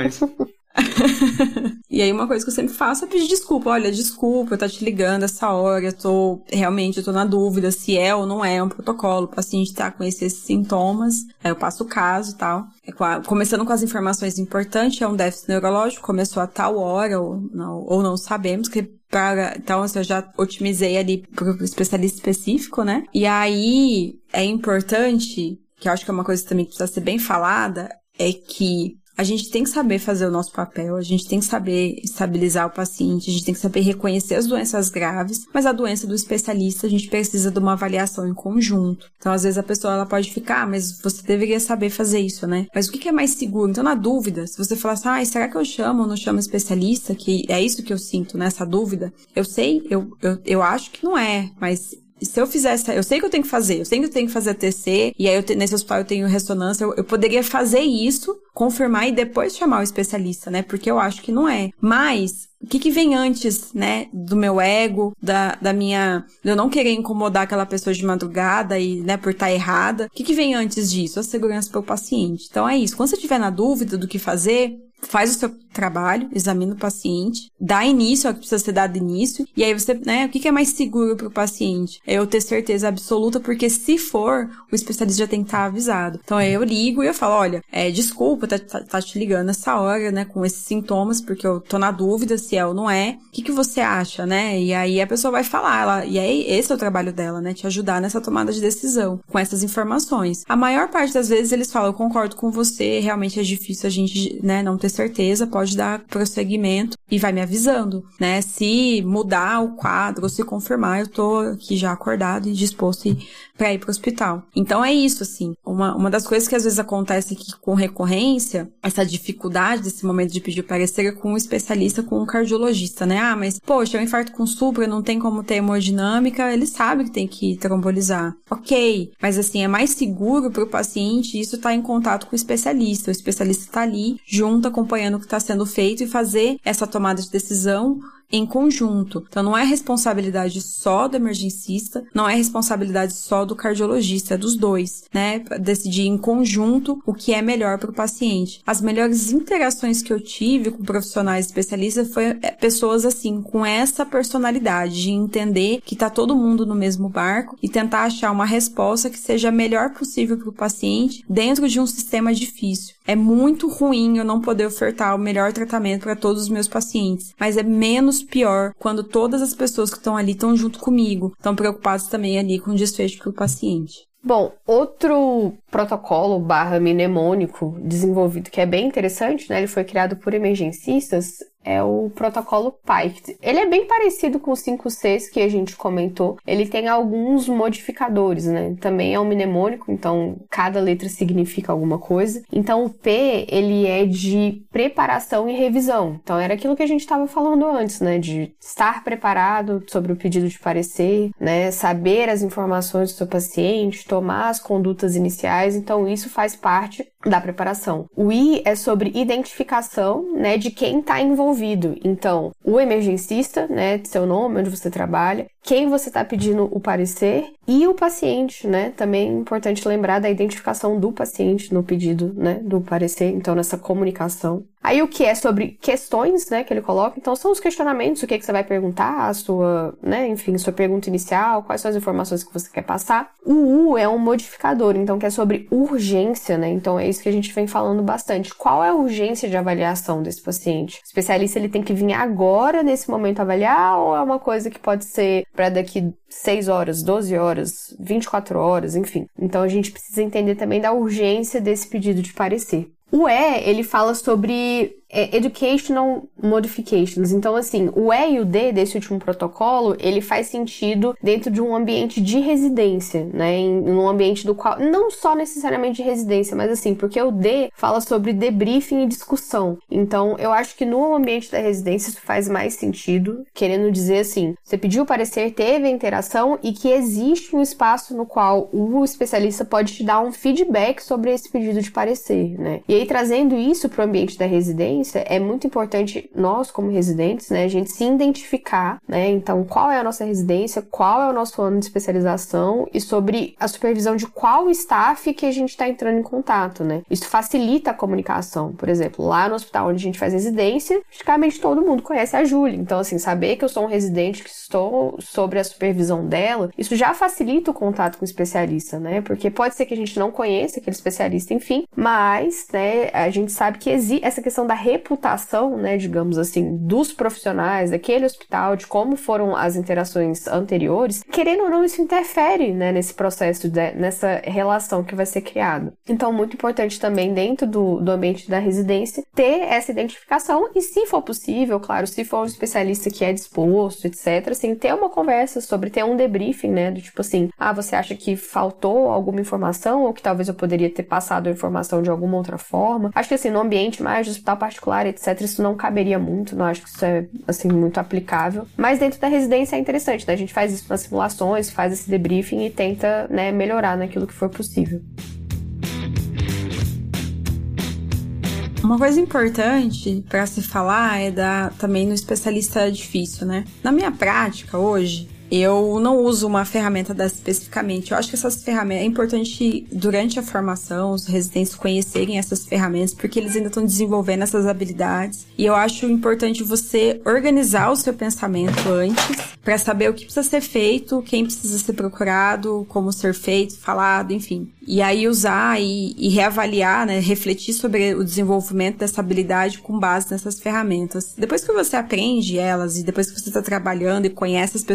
E aí uma coisa que eu sempre faço é pedir desculpa. Olha, desculpa, eu tô te ligando essa hora, eu tô na dúvida se é ou não é um protocolo, o paciente tá com esses sintomas, aí eu passo o caso e tal. Começando com as informações importantes, é um déficit neurológico, começou a tal hora ou não sabemos, então eu já otimizei ali pro especialista específico, né? E aí é importante, que eu acho que é uma coisa que também precisa ser bem falada, é que a gente tem que saber fazer o nosso papel, a gente tem que saber estabilizar o paciente, a gente tem que saber reconhecer as doenças graves, mas a doença do especialista a gente precisa de uma avaliação em conjunto. Então, às vezes a pessoa ela pode ficar, mas você deveria saber fazer isso, né? Mas o que é mais seguro? Então, na dúvida, se você falar assim, será que eu chamo ou não chamo especialista? Que é isso que eu sinto, né? Essa dúvida. Eu sei, eu acho que não é, mas se eu fizesse, eu sei que eu tenho que fazer, a TC, e aí nesse hospital eu tenho ressonância, eu poderia fazer isso, confirmar e depois chamar o especialista, né? Porque eu acho que não é. Mas o que vem antes, né, do meu ego, de eu não querer incomodar aquela pessoa de madrugada e, né, por estar errada? O que vem antes disso? A segurança para o paciente. Então é isso. Quando você estiver na dúvida do que fazer, faz o seu trabalho, examina o paciente, dá início ao que precisa ser dado início, e aí você, né, o que é mais seguro para o paciente? É eu ter certeza absoluta, porque se for, o especialista já tem que estar avisado. Então aí eu ligo e eu falo, olha, desculpa, tá te ligando essa hora, né, com esses sintomas, porque eu tô na dúvida se é ou não é. O que você acha, né? E aí a pessoa vai falar, e aí esse é o trabalho dela, né, te ajudar nessa tomada de decisão, com essas informações. A maior parte das vezes eles falam, eu concordo com você, realmente é difícil a gente, né, não ter certeza, pode dar prosseguimento e vai me avisando, né? Se mudar o quadro ou se confirmar, eu tô aqui já acordado e disposto para ir pro hospital. Então é isso, assim. Uma das coisas que às vezes acontece aqui com recorrência, essa dificuldade desse momento de pedir o parecer é com um especialista, com um cardiologista, né? Ah, mas, poxa, é um infarto com supra, não tem como ter hemodinâmica, ele sabe que tem que trombolizar. Ok, mas assim, é mais seguro pro paciente isso tá em contato com o especialista. O especialista tá ali, junto, acompanhando o que tá sendo feito e fazer essa tomada de decisão em conjunto. Então, não é responsabilidade só do emergencista, não é responsabilidade só do cardiologista, é dos dois, né? Decidir em conjunto o que é melhor para o paciente. As melhores interações que eu tive com profissionais especialistas foi pessoas assim, com essa personalidade de entender que tá todo mundo no mesmo barco e tentar achar uma resposta que seja a melhor possível para o paciente dentro de um sistema difícil. É muito ruim eu não poder ofertar o melhor tratamento para todos os meus pacientes, mas é menos pior quando todas as pessoas que estão ali estão junto comigo, estão preocupadas também ali com o desfecho para o paciente. Bom, outro protocolo mnemônico desenvolvido que é bem interessante, né? Ele foi criado por emergencistas, é o protocolo PICT. Ele é bem parecido com os 5 Cs que a gente comentou. Ele tem alguns modificadores, né? Também é um mnemônico, então cada letra significa alguma coisa. Então o P, ele é de preparação e revisão. Então era aquilo que a gente estava falando antes, né? De estar preparado sobre o pedido de parecer, né? Saber as informações do seu paciente, tomar as condutas iniciais. Então isso faz parte da preparação. O I é sobre identificação, né? De quem está envolvido. Então, o emergencista, né, seu nome, onde você trabalha, quem você está pedindo o parecer e o paciente, né? Também é importante lembrar da identificação do paciente no pedido, né, do parecer, então nessa comunicação. Aí o que é sobre questões, né, que ele coloca, então são os questionamentos, o que você vai perguntar, a sua, né, enfim, sua pergunta inicial, quais são as informações que você quer passar. O U é um modificador, então que é sobre urgência, né, então é isso que a gente vem falando bastante. Qual é a urgência de avaliação desse paciente? O especialista, ele tem que vir agora, nesse momento, avaliar, ou é uma coisa que pode ser para daqui 6 horas, 12 horas, 24 horas, enfim. Então a gente precisa entender também da urgência desse pedido de parecer. O E, ele fala sobre Educational Modifications. Então, assim, o E e o D desse último protocolo, ele faz sentido dentro de um ambiente de residência, né? Em um ambiente do qual, não só necessariamente de residência, mas assim, porque o D fala sobre debriefing e discussão. Então, eu acho que no ambiente da residência isso faz mais sentido, querendo dizer assim, você pediu o parecer, teve a interação e que existe um espaço no qual o especialista pode te dar um feedback sobre esse pedido de parecer, né? E aí, trazendo isso para o ambiente da residência, é muito importante nós, como residentes, né, a gente se identificar, né, então qual é a nossa residência, qual é o nosso ano de especialização e sobre a supervisão de qual staff que a gente está entrando em contato, né. Isso facilita a comunicação. Por exemplo, lá no hospital onde a gente faz residência, praticamente todo mundo conhece a Júlia, então assim, saber que eu sou um residente, que estou sobre a supervisão dela, isso já facilita o contato com o especialista, né, porque pode ser que a gente não conheça aquele especialista, enfim, mas, né, a gente sabe que existe essa questão da reputação, né, digamos assim, dos profissionais daquele hospital, de como foram as interações anteriores, querendo ou não, isso interfere, né, nesse processo, nessa relação que vai ser criada. Então, muito importante também, dentro do ambiente da residência, ter essa identificação e, se for possível, claro, se for um especialista que é disposto, etc., assim, ter uma conversa sobre, ter um debriefing, né, do tipo assim, você acha que faltou alguma informação ou que talvez eu poderia ter passado a informação de alguma outra forma? Acho que, assim, no ambiente mais de hospital particular, etc., isso não caberia muito, não acho que isso é, assim, muito aplicável. Mas dentro da residência é interessante, né? A gente faz isso nas simulações, faz esse debriefing e tenta, né, melhorar naquilo que for possível. Uma coisa importante para se falar é também no especialista difícil, né? Na minha prática hoje, eu não uso uma ferramenta dessa especificamente. Eu acho que essas ferramentas... É importante, durante a formação, os residentes conhecerem essas ferramentas, porque eles ainda estão desenvolvendo essas habilidades. E eu acho importante você organizar o seu pensamento antes, para saber o que precisa ser feito, quem precisa ser procurado, como ser feito, falado, enfim. E aí usar e reavaliar, né? Refletir sobre o desenvolvimento dessa habilidade com base nessas ferramentas. Depois que você aprende elas e depois que você está trabalhando e conhece as pessoas, vai ficando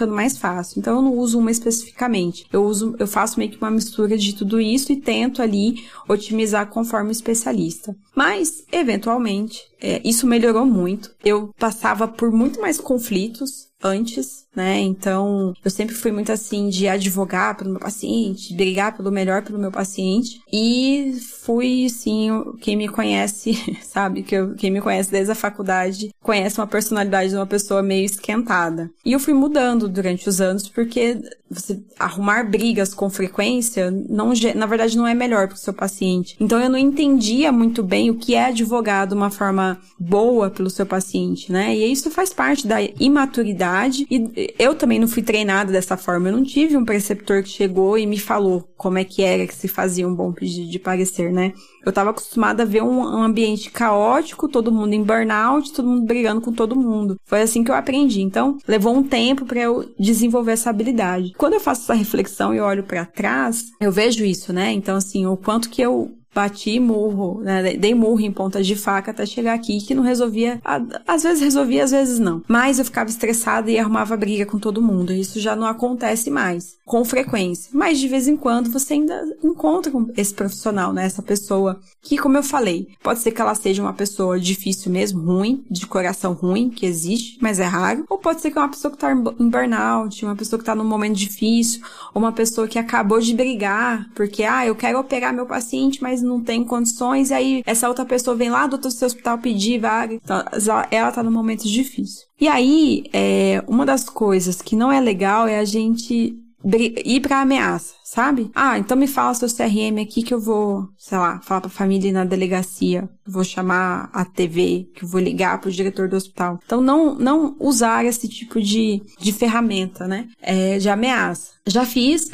ficando mais fácil. Então eu não uso uma especificamente. Eu faço meio que uma mistura de tudo isso e tento ali otimizar conforme o especialista. Mas, eventualmente, isso melhorou muito. Eu passava por muito mais conflitos antes, né? Então, eu sempre fui muito assim de advogar pelo meu paciente, brigar pelo melhor pelo meu paciente. E fui, sim, quem me conhece, sabe? Quem me conhece desde a faculdade, conhece uma personalidade de uma pessoa meio esquentada. E eu fui mudando durante os anos, porque você arrumar brigas com frequência, na verdade, não é melhor para o seu paciente. Então, eu não entendia muito bem o que é advogar de uma forma boa pelo seu paciente, né? E isso faz parte da imaturidade. E eu também não fui treinada dessa forma. Eu não tive um preceptor que chegou e me falou como é que era que se fazia um bom pedido de parecer, né? Eu estava acostumada a ver um ambiente caótico, todo mundo em burnout, todo mundo brigando com todo mundo. Foi assim que eu aprendi. Então, levou um tempo para eu desenvolver essa habilidade. Quando eu faço essa reflexão e olho para trás, eu vejo isso, né? Então, assim, o quanto que eu bati murro, né? Dei murro em ponta de faca até chegar aqui, que não resolvia, às vezes resolvia, às vezes não. Mas eu ficava estressada e arrumava briga com todo mundo. Isso já não acontece mais, com frequência. Mas de vez em quando você ainda encontra esse profissional, né? Essa pessoa que, como eu falei, pode ser que ela seja uma pessoa difícil mesmo, ruim, de coração ruim, que existe, mas é raro. Ou pode ser que é uma pessoa que tá em burnout, uma pessoa que tá num momento difícil, ou uma pessoa que acabou de brigar, porque, eu quero operar meu paciente, mas não tem condições, e aí essa outra pessoa vem lá do outro hospital pedir vaga. Então, ela tá num momento difícil. E aí, uma das coisas que não é legal é a gente ir pra ameaça, sabe? Então me fala seu CRM aqui que eu vou, sei lá, falar pra família ir na delegacia, vou chamar a TV, que eu vou ligar pro diretor do hospital. Então não usar esse tipo de ferramenta, né? De ameaça. Já fiz,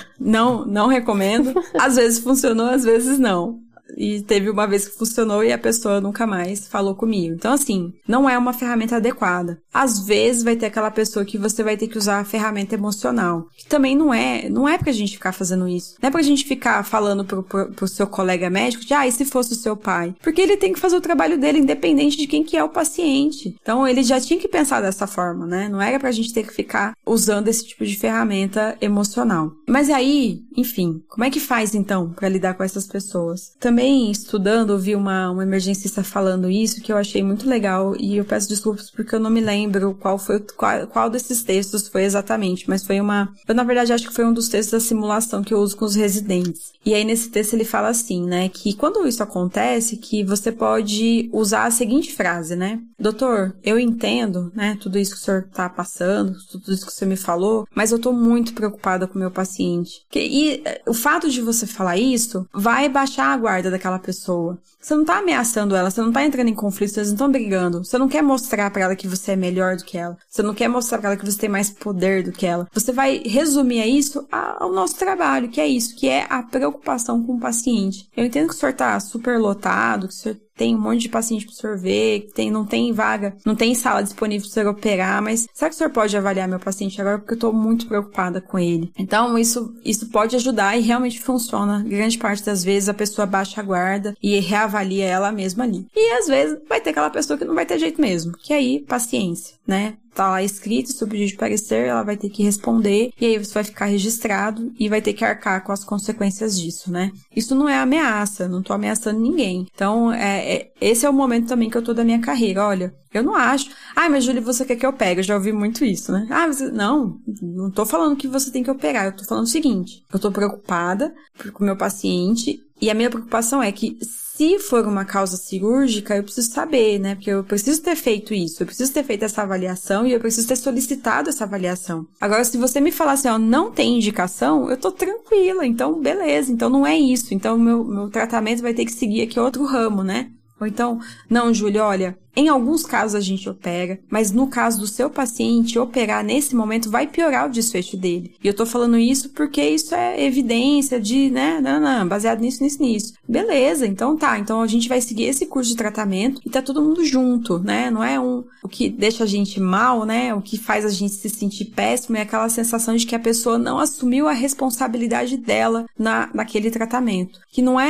não recomendo. Às vezes funcionou, às vezes não. E teve uma vez que funcionou e a pessoa nunca mais falou comigo. Então, assim, não é uma ferramenta adequada. Às vezes vai ter aquela pessoa que você vai ter que usar a ferramenta emocional. Que também não é pra gente ficar fazendo isso. Não é pra gente ficar falando pro seu colega médico de, e se fosse o seu pai? Porque ele tem que fazer o trabalho dele independente de quem que é o paciente. Então, ele já tinha que pensar dessa forma, né? Não era pra gente ter que ficar usando esse tipo de ferramenta emocional. Mas aí, enfim, como é que faz então pra lidar com essas pessoas? Também estudando, ouvi uma emergencista falando isso, que eu achei muito legal, e eu peço desculpas porque eu não me lembro qual desses textos foi exatamente, mas foi eu na verdade acho que foi um dos textos da simulação que eu uso com os residentes. E aí nesse texto ele fala assim, né, que quando isso acontece, que você pode usar a seguinte frase, né: doutor, eu entendo, né, tudo isso que o senhor tá passando, tudo isso que você me falou, mas eu tô muito preocupada com o meu paciente. E o fato de você falar isso vai baixar a guarda daquela pessoa. Você não tá ameaçando ela, você não tá entrando em conflito, vocês não estão brigando. Você não quer mostrar pra ela que você é melhor do que ela. Você não quer mostrar pra ela que você tem mais poder do que ela. Você vai resumir isso ao nosso trabalho, que é isso, que é a preocupação com o paciente. Eu entendo que o senhor tá super lotado, que o senhor tem um monte de paciente para o senhor ver, que não tem vaga, não tem sala disponível para o senhor operar, mas será que o senhor pode avaliar meu paciente agora? Porque eu estou muito preocupada com ele. Então, isso pode ajudar e realmente funciona. Grande parte das vezes a pessoa baixa a guarda e reavalia ela mesma ali. E às vezes vai ter aquela pessoa que não vai ter jeito mesmo, que aí, paciência, né? Tá lá escrito, seu pedido de parecer, ela vai ter que responder, e aí você vai ficar registrado e vai ter que arcar com as consequências disso, né? Isso não é ameaça, não tô ameaçando ninguém. Então, esse é o momento também que eu tô da minha carreira. Olha, eu não acho. Mas Júlia, você quer que eu pegue? Eu já ouvi muito isso, né? Não tô falando que você tem que operar, eu tô falando o seguinte: eu tô preocupada com o meu paciente, e a minha preocupação é que se for uma causa cirúrgica, eu preciso saber, né? Porque eu preciso ter feito isso, eu preciso ter feito essa avaliação e eu preciso ter solicitado essa avaliação. Agora, se você me falar assim, não tem indicação, eu tô tranquila, então beleza, então não é isso. Então, meu tratamento vai ter que seguir aqui outro ramo, né? Ou então, não, Júlia, olha, em alguns casos a gente opera, mas no caso do seu paciente, operar nesse momento vai piorar o desfecho dele. E eu tô falando isso porque isso é evidência de, né, baseado nisso. Beleza, então tá, então a gente vai seguir esse curso de tratamento e tá todo mundo junto, né? Não é o que deixa a gente mal, né? O que faz a gente se sentir péssimo é aquela sensação de que a pessoa não assumiu a responsabilidade dela naquele tratamento. Que não é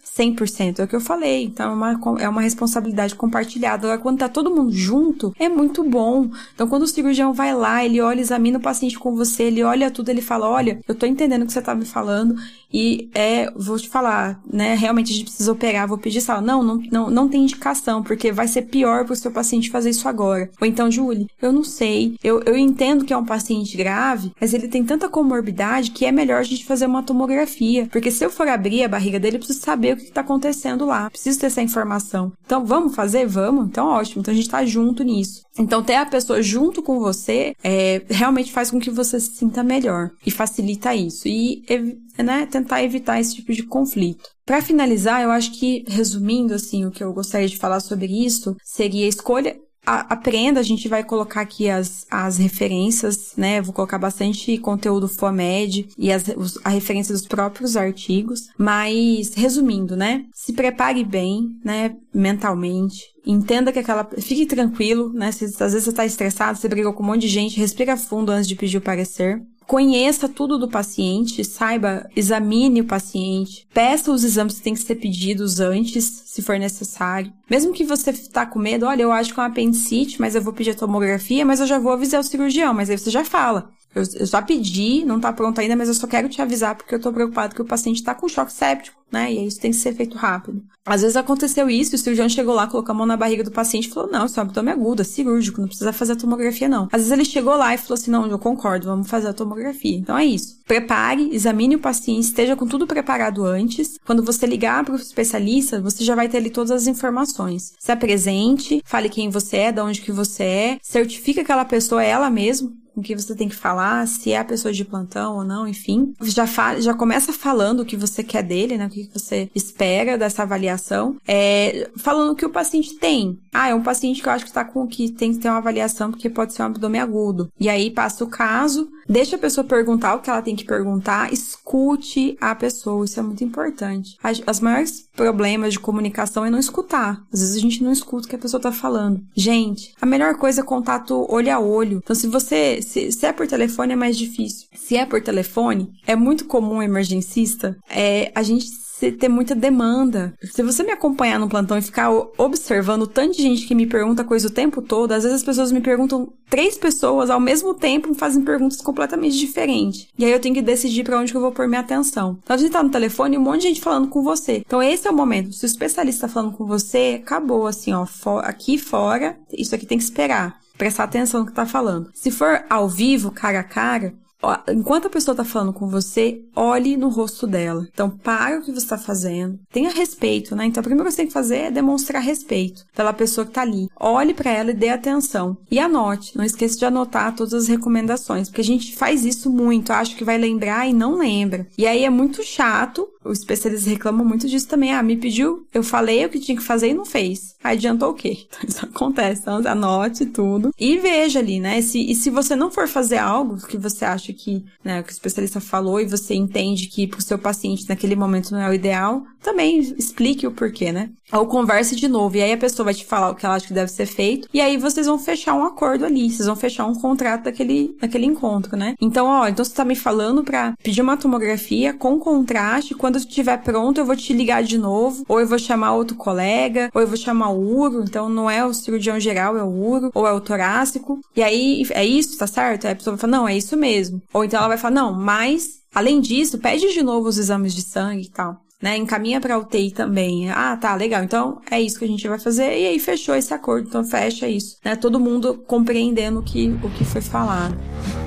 100%, é o que eu falei. Então é uma responsabilidade compartilhada. Agora, quando tá todo mundo junto, é muito bom. Então quando o cirurgião vai lá, ele olha, examina o paciente com você, ele olha tudo, ele fala, olha, eu tô entendendo o que você tá me falando e vou te falar, né, realmente a gente precisa operar, vou pedir sala. Não tem indicação, porque vai ser pior pro seu paciente fazer isso agora. Ou então, Julie, eu não sei, eu entendo que é um paciente grave, mas ele tem tanta comorbidade que é melhor a gente fazer uma tomografia, porque se eu for abrir a barriga dele, eu preciso saber o que tá acontecendo lá, preciso ter essa informação. Então, vamos fazer? Vamos? Então, ótimo. Então, a gente tá junto nisso. Então, ter a pessoa junto com você realmente faz com que você se sinta melhor e facilita isso. E, né, tentar evitar esse tipo de conflito. Para finalizar, eu acho que, resumindo, assim, o que eu gostaria de falar sobre isso seria a escolha. Aprenda, a gente vai colocar aqui as referências, né? Vou colocar bastante conteúdo FOAMED e a referência dos próprios artigos. Mas, resumindo, né? Se prepare bem, né? Mentalmente. Entenda que fique tranquilo, né? Às vezes você tá estressado, você brigou com um monte de gente, respira fundo antes de pedir o parecer. Conheça tudo do paciente, saiba, examine o paciente, peça os exames que têm que ser pedidos antes, se for necessário. Mesmo que você tá com medo, olha, eu acho que é uma apendicite, mas eu vou pedir a tomografia, mas eu já vou avisar o cirurgião, mas aí você já fala. Eu já pedi, não tá pronto ainda, mas eu só quero te avisar porque eu tô preocupado que o paciente tá com choque séptico, né? E isso tem que ser feito rápido. Às vezes aconteceu isso, o cirurgião chegou lá, colocou a mão na barriga do paciente e falou, não, isso é um abdômen agudo, é cirúrgico, não precisa fazer a tomografia, não. Às vezes ele chegou lá e falou assim, não, eu concordo, vamos fazer a tomografia. Então é isso. Prepare, examine o paciente, esteja com tudo preparado antes. Quando você ligar pro especialista, você já vai ter ali todas as informações. Se apresente, fale quem você é, de onde que você é, certifique que aquela pessoa é ela mesma, com que você tem que falar, se é a pessoa de plantão ou não, enfim. Já começa falando o que você quer dele, né? O que você espera dessa avaliação. Falando o que o paciente tem. É um paciente que eu acho que tem que ter uma avaliação porque pode ser um abdômen agudo. E aí passa o caso, deixa a pessoa perguntar o que ela tem que perguntar, escute a pessoa, isso é muito importante. Os maiores problemas de comunicação é não escutar. Às vezes a gente não escuta o que a pessoa tá falando. Gente, a melhor coisa é contato olho a olho. Então se é por telefone é mais difícil. Se é por telefone, é muito comum emergencista, a gente ter muita demanda. Se você me acompanhar no plantão e ficar observando o tanto de gente que me pergunta coisa o tempo todo, às vezes as pessoas me perguntam 3 pessoas ao mesmo tempo fazem perguntas completamente diferentes. E aí eu tenho que decidir pra onde que eu vou pôr minha atenção. Então a gente tá no telefone e um monte de gente falando com você. Então esse é o momento. Se o especialista tá falando com você, acabou assim, ó, aqui fora, isso aqui tem que esperar. Prestar atenção no que tá falando. Se for ao vivo, cara a cara, enquanto a pessoa tá falando com você, olhe no rosto dela. Então, para o que você tá fazendo. Tenha respeito, né? Então, a primeira coisa que você tem que fazer é demonstrar respeito pela pessoa que tá ali. Olhe pra ela e dê atenção. E anote. Não esqueça de anotar todas as recomendações. Porque a gente faz isso muito. Acha que vai lembrar e não lembra. E aí é muito chato. Os especialistas reclamam muito disso também. Me pediu, eu falei o que tinha que fazer e não fez. Aí adiantou o quê? Então, isso acontece. Então, anote tudo. E veja ali, né? Se você não for fazer algo que você acha que, né, que o especialista falou e você entende que pro seu paciente naquele momento não é o ideal, também explique o porquê, né? Ou converse de novo. E aí a pessoa vai te falar o que ela acha que deve ser feito. E aí vocês vão fechar um acordo ali. Vocês vão fechar um contrato daquele encontro, né? Então, então você tá me falando pra pedir uma tomografia com contraste. Quando estiver pronto, eu vou te ligar de novo. Ou eu vou chamar outro colega. Ou eu vou chamar o uro. Então, não é o cirurgião geral, é o uro. Ou é o torácico. E aí, é isso, tá certo? Aí a pessoa vai falar, não, é isso mesmo. Ou então ela vai falar, não, mas, além disso, pede de novo os exames de sangue e tal. Né, encaminha pra UTI também. Tá, legal. Então, é isso que a gente vai fazer. E aí, fechou esse acordo. Então, fecha isso. Né, todo mundo compreendendo o que foi falado.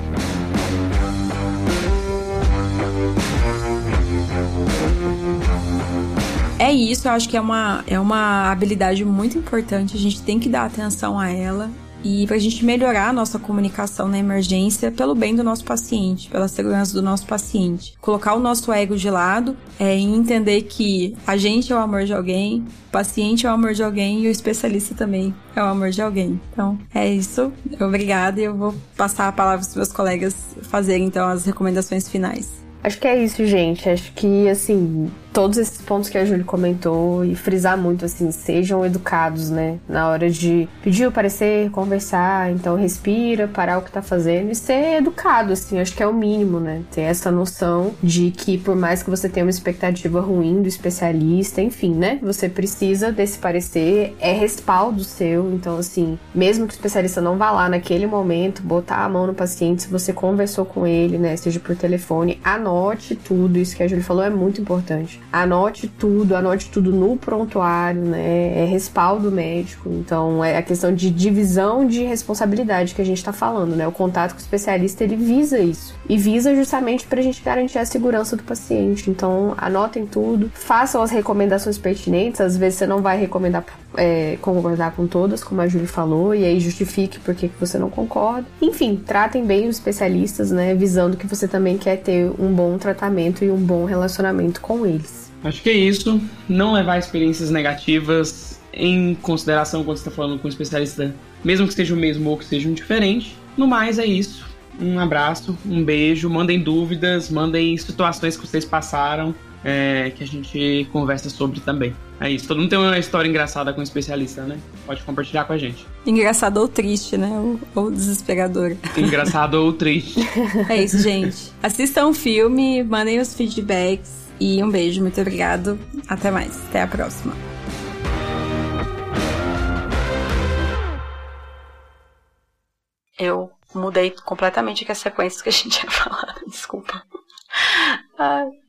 É isso, eu acho que é uma habilidade muito importante. A gente tem que dar atenção a ela. E pra gente melhorar a nossa comunicação na emergência pelo bem do nosso paciente, pela segurança do nosso paciente. Colocar o nosso ego de lado e entender que a gente é o amor de alguém, o paciente é o amor de alguém e o especialista também é o amor de alguém. Então, é isso. Obrigada e eu vou passar a palavra para os meus colegas fazerem, então, as recomendações finais. Acho que é isso, gente. Acho que, assim, todos esses pontos que a Júlia comentou e frisar muito, assim, sejam educados, né? Na hora de pedir o parecer, conversar, então respira, parar o que tá fazendo e ser educado, assim, acho que é o mínimo, né? Ter essa noção de que por mais que você tenha uma expectativa ruim do especialista, enfim, né? Você precisa desse parecer, é respaldo seu, então, assim, mesmo que o especialista não vá lá naquele momento, botar a mão no paciente, se você conversou com ele, né? Seja por telefone, anote tudo, isso que a Júlia falou é muito importante. Anote tudo no prontuário, né? É respaldo médico. Então, é a questão de divisão de responsabilidade que a gente tá falando, né? O contato com o especialista, ele visa isso. E visa justamente pra gente garantir a segurança do paciente. Então, anotem tudo, façam as recomendações pertinentes. Às vezes você não vai recomendar concordar com todas, como a Júlia falou, e aí justifique por que você não concorda. Enfim, tratem bem os especialistas, né? Visando que você também quer ter um bom tratamento e um bom relacionamento com eles. Acho que é isso. Não levar experiências negativas em consideração quando você está falando com um especialista, mesmo que seja o mesmo ou que seja um diferente. No mais, é isso. Um abraço, um beijo, mandem dúvidas, mandem situações que vocês passaram, que a gente conversa sobre também. É isso. Todo mundo tem uma história engraçada com um especialista, né? Pode compartilhar com a gente. Engraçado ou triste, né? Ou desesperador. Engraçado ou triste. É isso, gente. Assistam o filme, mandem os feedbacks e um beijo. Muito obrigado. Até mais. Até a próxima. Eu mudei completamente aqui as sequências que a gente ia falar. Desculpa. Ai.